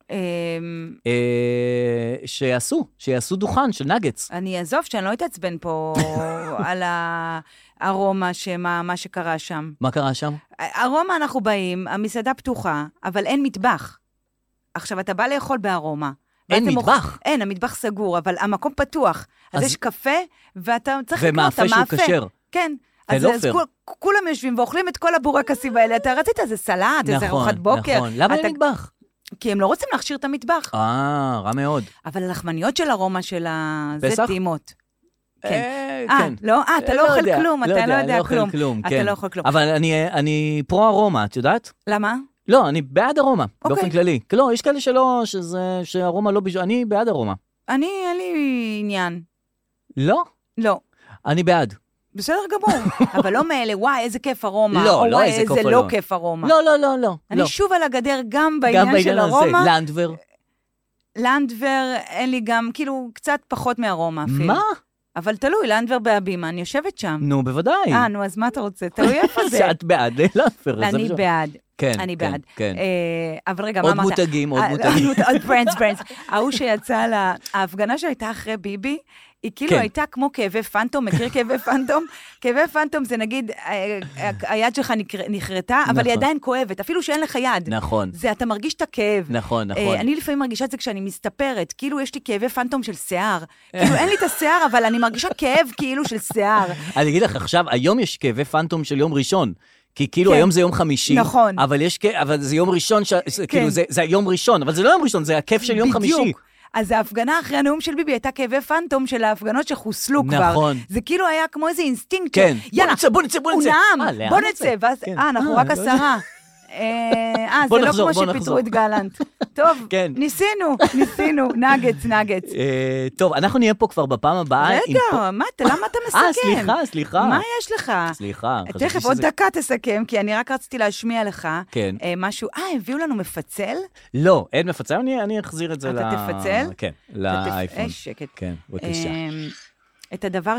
שיעשו דוכן של נגץ. אני אעזוב שאני לא אתעצבן פה על הרומא, מה שקרה שם. מה קרה שם? הרומא אנחנו באים, המסעדה פתוחה, אבל אין מטבח. עכשיו, אתה בא לאכול בהרומא. אין מטבח? אין, המטבח סגור, אבל המקום פתוח. אז יש קפה, ואתה צריך לקנות את המאפה. ומאפה שהוא כשר. כן. אז כולם יושבים ואוכלים את כל הבורקסים האלה. אתה רצית איזה סלט, איזה ארוחת בוקר. נכון, למה אין מטבח? כי הם לא רוצים להכשיר את המטבח. רע מאוד. אבל הלחמניות של הרומא של זה טעימות. כן. לא? אתה לא אוכל כלום, אתה לא יודע כלום. אתה לא אוכל כלום. אבל אני פרו ארומה, את יודעת? למה? לא, אני בעד ארומה, באופן כללי. לא, יש כאלה שלא, שארומה לא בשביל, אני בעד ארומה. אין לי עניין. לא? לא. אני בעד. בסדר גמור, אבל לא מאלה, וואי, איזה כיף ארומה. לא, איזה לא כיף ארומה. לא. אני שוב על הגדר גם בעניין של ארומה. לנדבר. לנדבר, אין לי גם, כאילו, קצת פחות מארומה אפילו. מה? אבל תלוי, לנדבר בהבימה, אני יושבת שם. נו, בוודאי. נו, אז מה אתה רוצה? תלוי איפה זה. שאת בעד לנדבר. אני בעד. כן, אני בעד. כן. אבל רגע, מה אמרת? עוד מותגים. עוד ברנדס. ההוא שיצא ההפגנה שהייתה אחרי ביבי, היא כאילו הייתה כמו כאבי פנטום, מכיר כאבי פנטום? כאבי פנטום זה נגיד, היד שלך נחרטה, אבל היא עדיין כואבת, אפילו שאין לך יד. נכון. זה, אתה מרגיש את הכאב. נכון. אני לפעמים מרגישה את זה כשאני מסתפרת, כאילו יש לי כאבי פנטום של שיער. כאילו אין לי את השיער, אבל אני מרגישה כאב כאילו של שיער. אני אגיד לך, עכשיו, היום יש כאבי פנטום של יום ראשון. כי כאילו היום זה יום חמישי, נכון. אבל זה יום ראשון, כאילו זה יום ראשון, אבל זה לא יום ראשון, זה הכיף של יום חמישי. בדיוק. אז ההפגנה אחרי הנאום של ביבי הייתה כאבי פנטום של ההפגנות שחוסלו כבר. נכון. זה כאילו היה כמו איזה אינסטינקט. כן. יאללה, בוא נצא. הוא נעם, בוא נצא. ואז, אנחנו רק 10. זה לא כמו שפיטרו את גלנט. טוב, ניסינו, נגץ. טוב, אנחנו נהיה פה כבר בפעם הבאה. רגע, למה אתה מסכם? סליחה. מה יש לך? סליחה. תכף עוד דקה תסכם, כי אני רק רציתי להשמיע לך משהו. הביאו לנו מפצל? לא, אין מפצל, אני אחזיר את זה אתה תפצל? כן, לאייפון. שקט. כן, בבקשה. את הדבר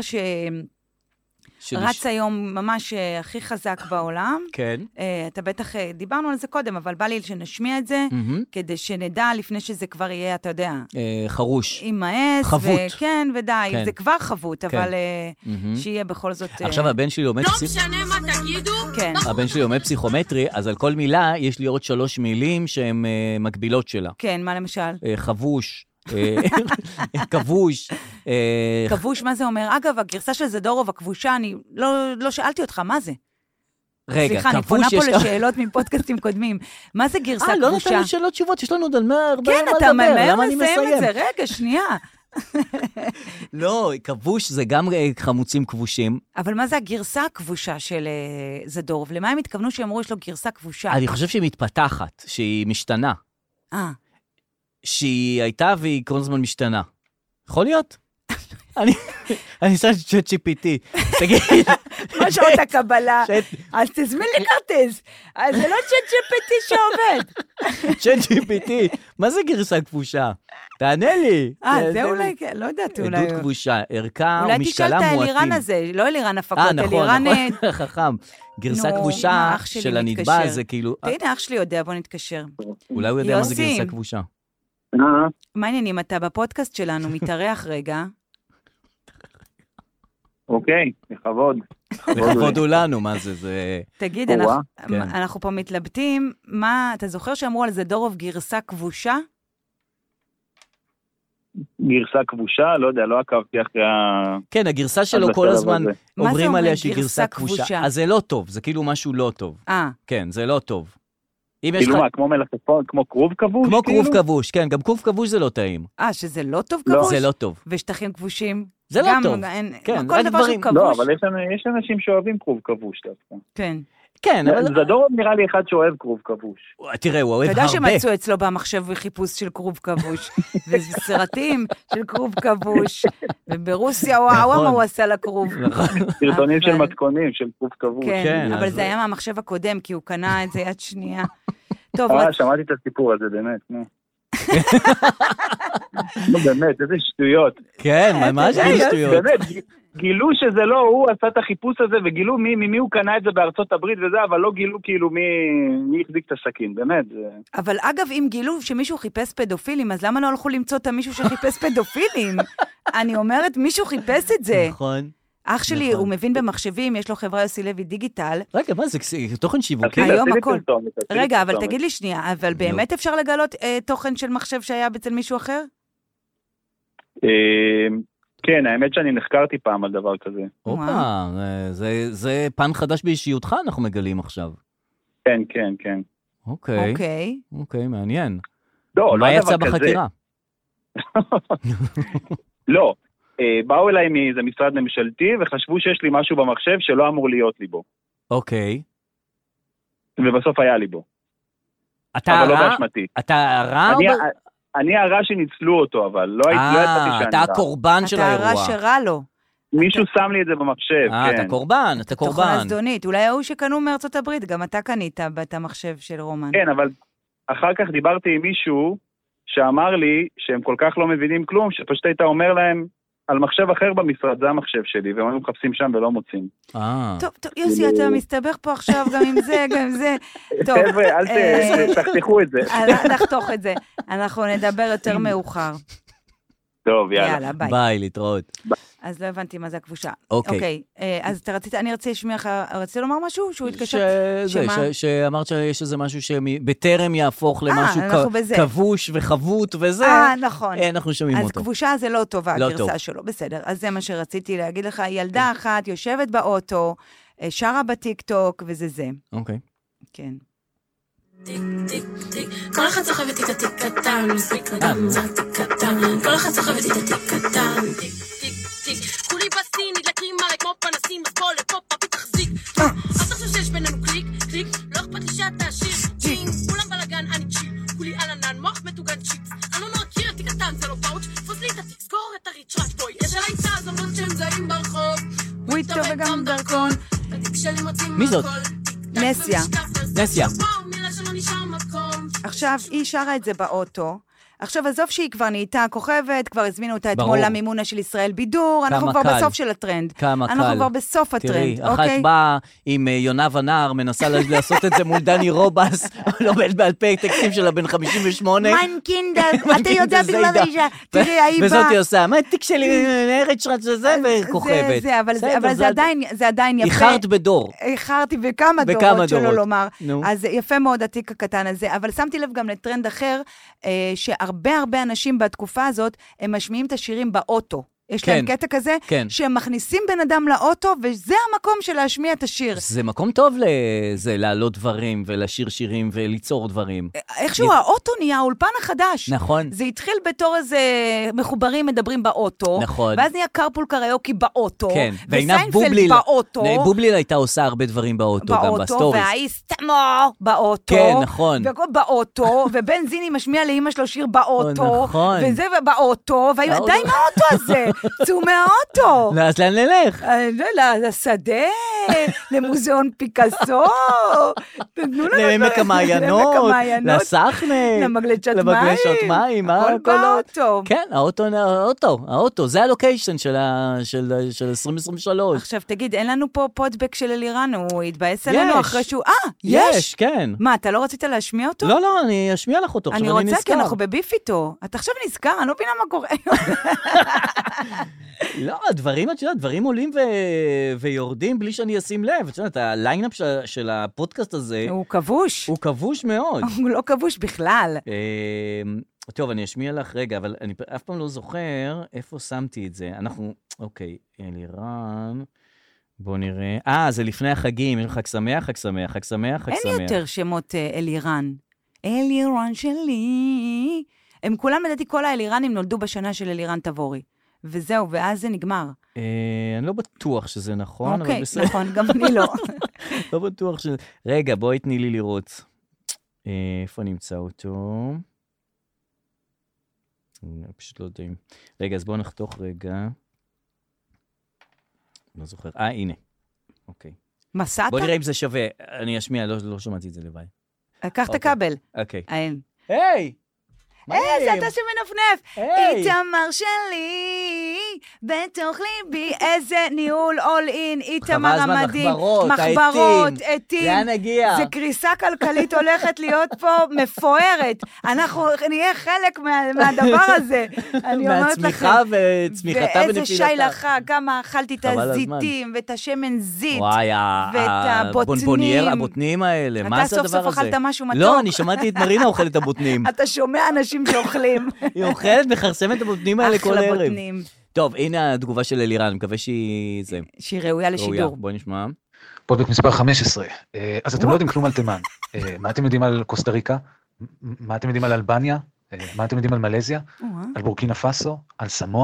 רץ היום ממש הכי חזק בעולם. כן. אתה בטח, דיברנו על זה קודם, אבל בא לי שנשמיע את זה, כדי שנדע לפני שזה כבר יהיה, אתה יודע. חרוש. עם העס. חבוט. כן, ודי, זה כבר חבוט, אבל שיהיה בכל זאת... עכשיו הבן שלי לומד... לא משנה מה תגידו. כן. הבן שלי לומד פסיכומטרי, אז על כל מילה יש לי עוד 3 מילים שהן מקבילות שלה. כן, מה למשל? חבוש. כבוש. כבוש, מה זה אומר? אגב, הגרסה של זדורוב, הכבושה, אני לא שאלתי אותך, מה זה? רגע, סליחה, אני פונה פה לשאלות מפודקאסטים קודמים. מה זה גרסה כבושה? לא נתן לי שאלות תשובות, יש לנו עוד הרבה מה לדבר. כן, אתה ממהר לסיים את זה. רגע, שנייה. לא, כבוש זה גם חמוצים כבושים. אבל מה זה הגרסה הכבושה של זדורוב? למה הם התכוונו שאמרו יש לו גרסה כבושה? אני חושב שהיא מתפתחת, שהיא משתנה. שהיא הייתה והיא כל הזמן משתנה. יכול להיות? אני עושה צ'אט GPT. תגיד. מה שעות הקבלה? אז תזמין לי כרטיס. אז זה לא צ'אט GPT שעובד. צ'אט GPT. מה זה גרסה כבושה? תענה לי. זה אולי, לא יודעת, אולי. עדות כבושה, ערכה ומשקלה מועטים. אולי תשאל את האלירן הזה, לא אלירן הפקות, אלירן... נכון, חכם. גרסה כבושה של הנתבע זה כאילו... תהנה, אח שלי יודע, בוא נתקשר. אולי הוא יודע מה זה גרסה כבושה. מה העניינים? אתה בפודקאסט שלנו, מתארח רגע. אוקיי, לכבוד. לכבוד הוא לנו, מה זה? תגיד, אנחנו פה מתלבטים, אתה זוכר שאמרו על זדורוב גרסה כבושה? גרסה כבושה? לא יודע, לא עקבתי אחרי כן, הגרסה שלו כל הזמן אומרים עליה שהיא גרסה כבושה. אז זה לא טוב, זה כאילו משהו לא טוב. כן, זה לא טוב. כאילו מה, כמו מלפפון, כמו כרוב כבוש? כמו כרוב כבוש, כן, גם כרוב כבוש זה לא טעים. שזה לא טוב כבוש? זה לא טוב. ושטחים כבושים? זה לא טוב. כן, כל דבר שהוא כבוש. לא, אבל יש אנשים שאוהבים כרוב כבוש דווקא. כן. כן, אבל... זדורוב נראה לי אחד שאוהב כרוב כבוש. תראה, הוא אוהב הרבה. אתה יודע שמצאו אצלו במחשב וחיפוש של כרוב כבוש, וסרטים של כרוב כבוש, וברוסיה, וואו, מה הוא עשה לכרוב. סרטונים של מתכונים, של כרוב כבוש. כן, אבל זה היה מהמחשב הקודם, כי הוא קנה את זה יד שנייה. טוב, שמעתי את הסיפור הזה, באמת, נו. נו, באמת, איזה שטויות. כן, ממש שטויות. באמת, גילו שזה לא, הוא עשה את החיפוש הזה, וגילו ממי הוא קנה את זה בארצות הברית וזה, אבל לא גילו כאילו מי החזיק את הסכין, באמת. אבל אגב, אם גילו שמישהו חיפש פדופילים, אז למה לא הלכו למצוא את מישהו שחיפש פדופילים? אני אומרת, מישהו חיפש את זה. נכון. אח שלי, הוא מבין במחשבים, יש לו חברה יוסי לוי דיגיטל. רגע, מה זה? תוכן שיווקי? היום הכל. רגע, אבל תגיד לי שנייה, אבל באמת אפשר לגלות תוכן של מחשב שהיה אצל מישהו אחר? כן, האמת שאני נחקרתי פעם על דבר כזה. אופה, זה פן חדש באישיותך אנחנו מגלים עכשיו. כן, כן, כן. אוקיי, מעניין. לא, מה יצא בחקירה? לא. באו אליי מאיזה משרד ממשלתי, וחשבו שיש לי משהו במחשב שלא אמור להיות לי בו. אוקיי. ובסוף היה לי בו. אתה אבל לא באשמתי. אתה הרע? אני הרע שניצלו אותו, אבל לא ידעתי שאני רע. אתה הקורבן של האירוע. אתה הרע שרע לו. מישהו שם לי את זה במחשב, כן. אתה קורבן, אתה קורבן. תוכנה זדונית, אולי הוא שקנו מארצות הברית, גם אתה קנית את המחשב של רומן. כן, אבל אחר כך דיברתי עם מישהו שאמר לי שהם כל כך לא מבינים כלום, שפשוט היית אומר להם על מחשב אחר במשרד, זה המחשב שלי, והם מחפשים שם ולא מוצאים. טוב, יוסי, אתה מסתבך פה עכשיו גם עם זה, גם עם זה. טוב. חבר'ה, אל תחתכו את זה. נחתוך את זה. אנחנו נדבר יותר מאוחר. טוב, יאללה. ביי, להתראות. אז לא הבנתי מה זה הכבושה. אוקיי. אז אני רציתי לשמיע לך, רציתי לומר משהו? שהוא התקשר? שאמרת שיש איזה משהו שבטרם יהפוך למשהו כבוש וחבוט וזה. נכון. אנחנו שומעים אותו. אז כבושה זה לא טובה, הגרסה שלו, בסדר. אז זה מה שרציתי להגיד לך, ילדה אחת יושבת באוטו, שרה בטיקטוק, וזה זה. אוקיי. כן. טיק טיק טיק, כל אחד סוחב את התיק קטן, מספיק אדם זה התיק קטן, כל אחד סוחב את התיק קטן, טיק טיק טיק, כולי בסין, נדלקים מלא כמו פנסים, אז בוא לפה פאפי תחזיק, אל תחשוב שיש בינינו קליק, קליק, לא אכפת לי שאתה עשיר, צ'ינג, כולם בלגן, אני צ'יל, כולי על ענן, מוח מטוגן צ'יקס, אני לא מכיר את תיק קטן, זה לא פאוץ', פוס לי את התיק, סגור את הריצ'ראט, בואי, יש עליי צעז, למרות שהם זהים ברחוב, וויטו וגם דרכון, התיק שלי מוצאים מי זאת? נסיה. נסיה. עכשיו, היא שרה את זה באוטו. עכשיו, עזוב שהיא כבר נהייתה כוכבת, כבר הזמינו אותה אתמול למימונה של ישראל בידור, אנחנו כבר בסוף של הטרנד. כמה קל. אנחנו כבר בסוף הטרנד, תראי, אחת באה עם יונה ונער, מנסה לעשות את זה מול דני רובס, לומד בעל פה טקסטים שלה בין 58. מיינקינדר, אתה יודע בגלל האישה, תראי, היא באה. וזאת היא עושה, מה התיק שלי, ארץ שרת שזה, וכוכבת. אבל זה עדיין יפה. איחרת בדור. איחרתי בכמה דורות שלא לומר. אז יפה מאוד התיק הקטן הזה, אבל שמתי לב גם לטרנד אחר, הרבה אנשים בתקופה הזאת, הם משמיעים את השירים באוטו. יש להם קטע כזה, שהם מכניסים בן אדם לאוטו, וזה המקום של להשמיע את השיר. זה מקום טוב לזה, לעלות דברים, ולשיר שירים, וליצור דברים. איכשהו האוטו נהיה האולפן החדש. נכון. זה התחיל בתור איזה מחוברים מדברים באוטו, נכון. ואז נהיה קרפול קריוקי באוטו, כן. וסיינפלד באוטו. בובליל הייתה עושה הרבה דברים באוטו, גם בסטוריס. והאיסטמו באוטו. כן, נכון. והכל באוטו, ובן זיני משמיע לאמא שלו שיר באוטו, נכון. וזה באוטו, די עם האוטו הזה. צאו מהאוטו. אז לאן נלך? לשדה, למוזיאון פיקאסו, לעמק המעיינות, לסחנה, למגלשת מים, הכל באוטו. כן, האוטו, זה הלוקיישן של 2023. עכשיו תגיד, אין לנו פה פודבק של אלירן, הוא התבאס עלינו אחרי שהוא, יש, כן. מה, אתה לא רצית להשמיע אותו? לא, אני אשמיע לך אותו, אני רוצה, כי אנחנו בביף איתו. אתה עכשיו נזכר, אני לא מבינה מה קורה. לא, דברים עולים ויורדים בלי שאני אשים לב. את יודעת, הליינאפ של הפודקאסט הזה... הוא כבוש. הוא כבוש מאוד. הוא לא כבוש בכלל. טוב, אני אשמיע לך רגע, אבל אני אף פעם לא זוכר איפה שמתי את זה. אוקיי, אלירן... בוא נראה. זה לפני החגים. יש חג שמח, חג שמח, חג שמח, חג שמח. אין יותר שמות אלירן. אלירן שלי... הם כולם, לדעתי, כל האלירנים נולדו בשנה של אלירן תבורי. וזהו, ואז זה נגמר. אני לא בטוח שזה נכון, אבל בסדר. נכון, גם אני לא. לא בטוח שזה... רגע, בואי תני לי לראות. איפה נמצא אותו? פשוט לא יודעים. רגע, אז בואו נחתוך רגע. לא זוכר. הנה. אוקיי. מסעת? בואי נראה אם זה שווה. אני אשמיע, לא שמעתי את זה לבד. קח את הכבל. אוקיי. היי! זה אתה שמנפנף. איתמר שלי, בתוך ליבי, איזה ניהול אול אין, איתמר המדהים. מחברות, עתים. לאן נגיע? זה קריסה כלכלית הולכת להיות פה מפוארת. אנחנו נהיה חלק מהדבר הזה. מהצמיחה וצמיחתה ונפילתה. ואיזה שי לך, כמה אכלתי את הזיתים, ואת השמן זית, ואת הבוטנים. הבוטנים האלה, מה זה הדבר הזה? אתה סוף סוף אכלת משהו מתוק. לא, אני שמעתי את מרינה אוכלת הבוטנים. אתה שומע אנשים שאוכלים. היא אוכלת מחרסמת את הבוטנים האלה כל ערב. טוב, הנה התגובה של אלירן, אני מקווה שהיא ראויה לשידור. בואי נשמע. פודבק מספר 15. אז אתם לא יודעים כלום על תימן. מה אתם יודעים על קוסטה ריקה? מה אתם יודעים על אלבניה? מה אתם יודעים על מלזיה? על בורקינה פאסו? על סמואה?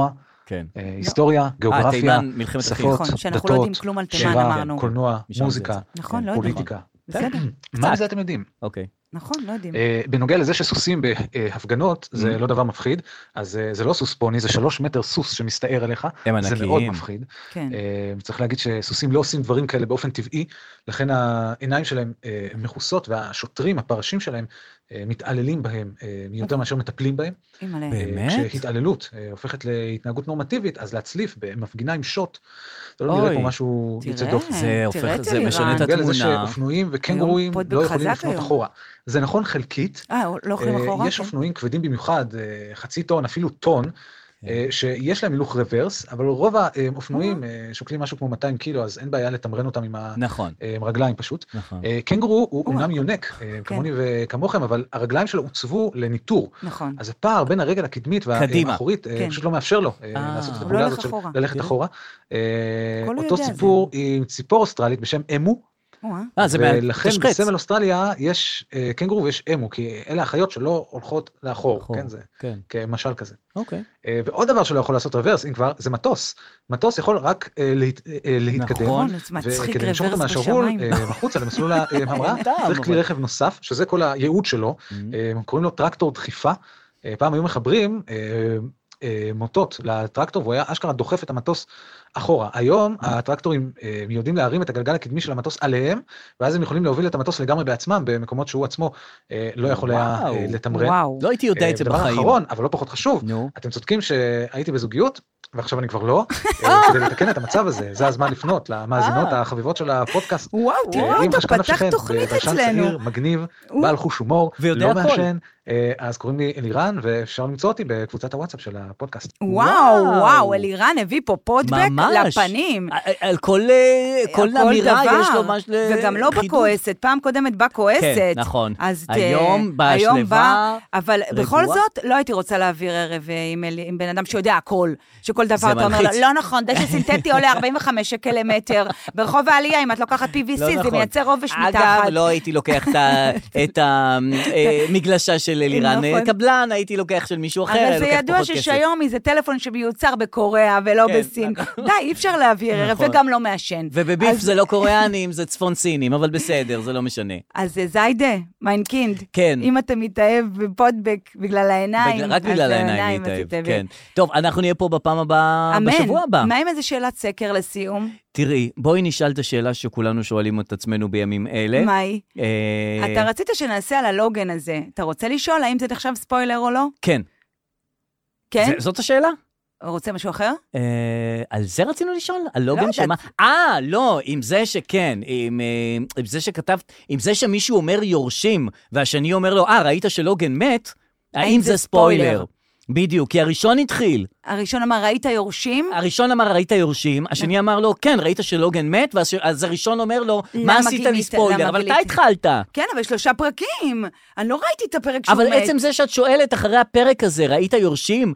היסטוריה, גיאוגרפיה, שפות, דתות, שירה, קולנוע, מוזיקה, פוליטיקה. מה מזה אתם יודעים? אוקיי. נכון, לא יודעים. בנוגע לזה שסוסים בהפגנות, זה לא דבר מפחיד, אז זה לא סוס פוני, זה 3 מטר סוס שמסתער עליך, זה מאוד מפחיד. צריך להגיד שסוסים לא עושים דברים כאלה באופן טבעי, לכן העיניים שלהם מכוסות, והשוטרים, הפרשים שלהם, מתעללים בהם, יותר מאשר מטפלים בהם. באמת? כשהתעללות הופכת להתנהגות נורמטיבית, אז להצליף במפגינה עם שוט, זה לא נראה כמו משהו יוצא דופן. זה משנה את התמונה. לזה שאופנועים וקנגורואים לא יכולים לפנות אחורה. זה נכון חלקית. לא יכולים אחורה? יש אופנועים כבדים במיוחד, 0.5 טון, אפילו טון, שיש להם הילוך רוורס, אבל רוב האופנועים שוקלים משהו כמו 200 קילו, אז אין בעיה לתמרן אותם עם הרגליים פשוט. קנגורו הוא אומנם יונק, כמוני וכמוכם, אבל הרגליים שלו עוצבו לניטור. אז הפער בין הרגל הקדמית והאחורית פשוט לא מאפשר לו לעשות את הפעולה הזאת של ללכת אחורה. אותו סיפור עם ציפור אוסטרלית בשם אמו, ולכן בסמל אוסטרליה יש קנגורו ויש אמו, כי אלה החיות שלא הולכות לאחור, כן, זה כמשל כזה. ועוד דבר שלא יכול לעשות רוורס, אם כבר, זה מטוס. מטוס יכול רק להתקדם, וכדי למשוך אותו מהשרוול מחוצה למסלול ההמראה, צריך כלי רכב נוסף, שזה כל הייעוד שלו, קוראים לו טרקטור דחיפה. פעם היו מחברים מוטות לטרקטור, והוא היה אשכרה דוחף את המטוס אחורה. היום הטרקטורים יודעים להרים את הגלגל הקדמי של המטוס עליהם, ואז הם יכולים להוביל את המטוס לגמרי בעצמם, במקומות שהוא עצמו לא יכול היה לתמרן. לא הייתי יודע את זה בחיים. דבר אחרון, אבל לא פחות חשוב, אתם צודקים שהייתי בזוגיות, ועכשיו אני כבר לא, כדי לתקן את המצב הזה, זה הזמן לפנות למאזינות החביבות של הפודקאסט. וואו, תראה, אתה פתח תוכנית אצלנו. צעיר, מגניב, בעל חוש הומור, לא מעשן, אז קוראים לי אלירן, ואפשר למצוא אותי בקבוצת הוואטסאפ של הפודקאסט. וואו, אלירן הביא פה פודבק לפנים. על כל אמירה יש לו משהו לחידוש. וגם לא בכועסת, פעם קודמת בא כועסת. כן, נכון. היום בא שלווה. אבל בכל זאת, לא הייתי רוצה להעביר ערב עם בן אדם שיודע הכל, שכל דבר אתה אומר לו, לא נכון, דשא סינתטי עולה 45 שקל למטר, ברחוב העלייה, אם את לוקחת PVC, זה מייצר רובש מתחת. אגב, לא הייתי לוקח את המגלשה של אלירן, קבלן, הייתי לוקח של מישהו אחר. אבל זה ידוע ששיומי זה טלפון שמיוצר בקוריאה ולא בסין. די, אי אפשר להעביר ערב, וגם לא מעשן. ובביף זה לא קוריאנים, זה צפון סינים, אבל בסדר, זה לא משנה. אז זיידה, מיינקינד. כן. אם אתה מתאהב בפודבק בגלל העיניים, רק בגלל העיניים מתאהב, כן. טוב, אנחנו נהיה פה בפעם הבאה, בשבוע הבא. מה עם איזה שאלת סקר לסיום? תראי, בואי נשאל את השאלה שכולנו שואלים את עצמנו בימים אלה. מה היא? אתה רצית שנעשה על הלוגן הזה. אתה רוצה לשאול האם זה נחשב ספוילר או לא? כן. כן? זאת השאלה? רוצה משהו אחר? על זה רצינו לשאול? על לוגן שמה? לא, עם זה שכן, עם זה שכתבת, עם זה שמישהו אומר יורשים, והשני אומר לו, ראית שלוגן מת? האם זה ספוילר? בדיוק, כי הראשון התחיל. הראשון אמר, ראית יורשים? הראשון אמר, ראית יורשים, השני אמר לו, כן, ראית שלוגן מת, אז הראשון אומר לו, מה עשית לי ספוילר? אבל אתה התחלת. כן, אבל 3 פרקים. אני לא ראיתי את הפרק שהוא מת. אבל עצם זה שאת שואלת אחרי הפרק הזה, ראית יורשים?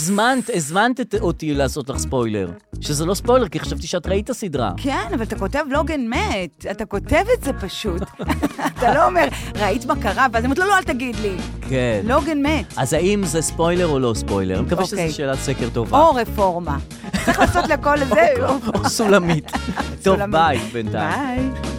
הזמנת אותי לעשות לך ספוילר. שזה לא ספוילר, כי חשבתי שאת ראית סדרה. כן, אבל אתה כותב לוגן מת. אתה כותב את זה פשוט. אתה לא אומר, ראית מה קרה, ואז אמרת, לא, אל תגיד לי. כן. לוגן מת. אז האם זה ספוילר או לא ספוילר? אני מקווה שזו שאלת סקר טובה. או רפורמה. צריך לעשות לכל זה. או סולמית. טוב, ביי בינתיים. ביי.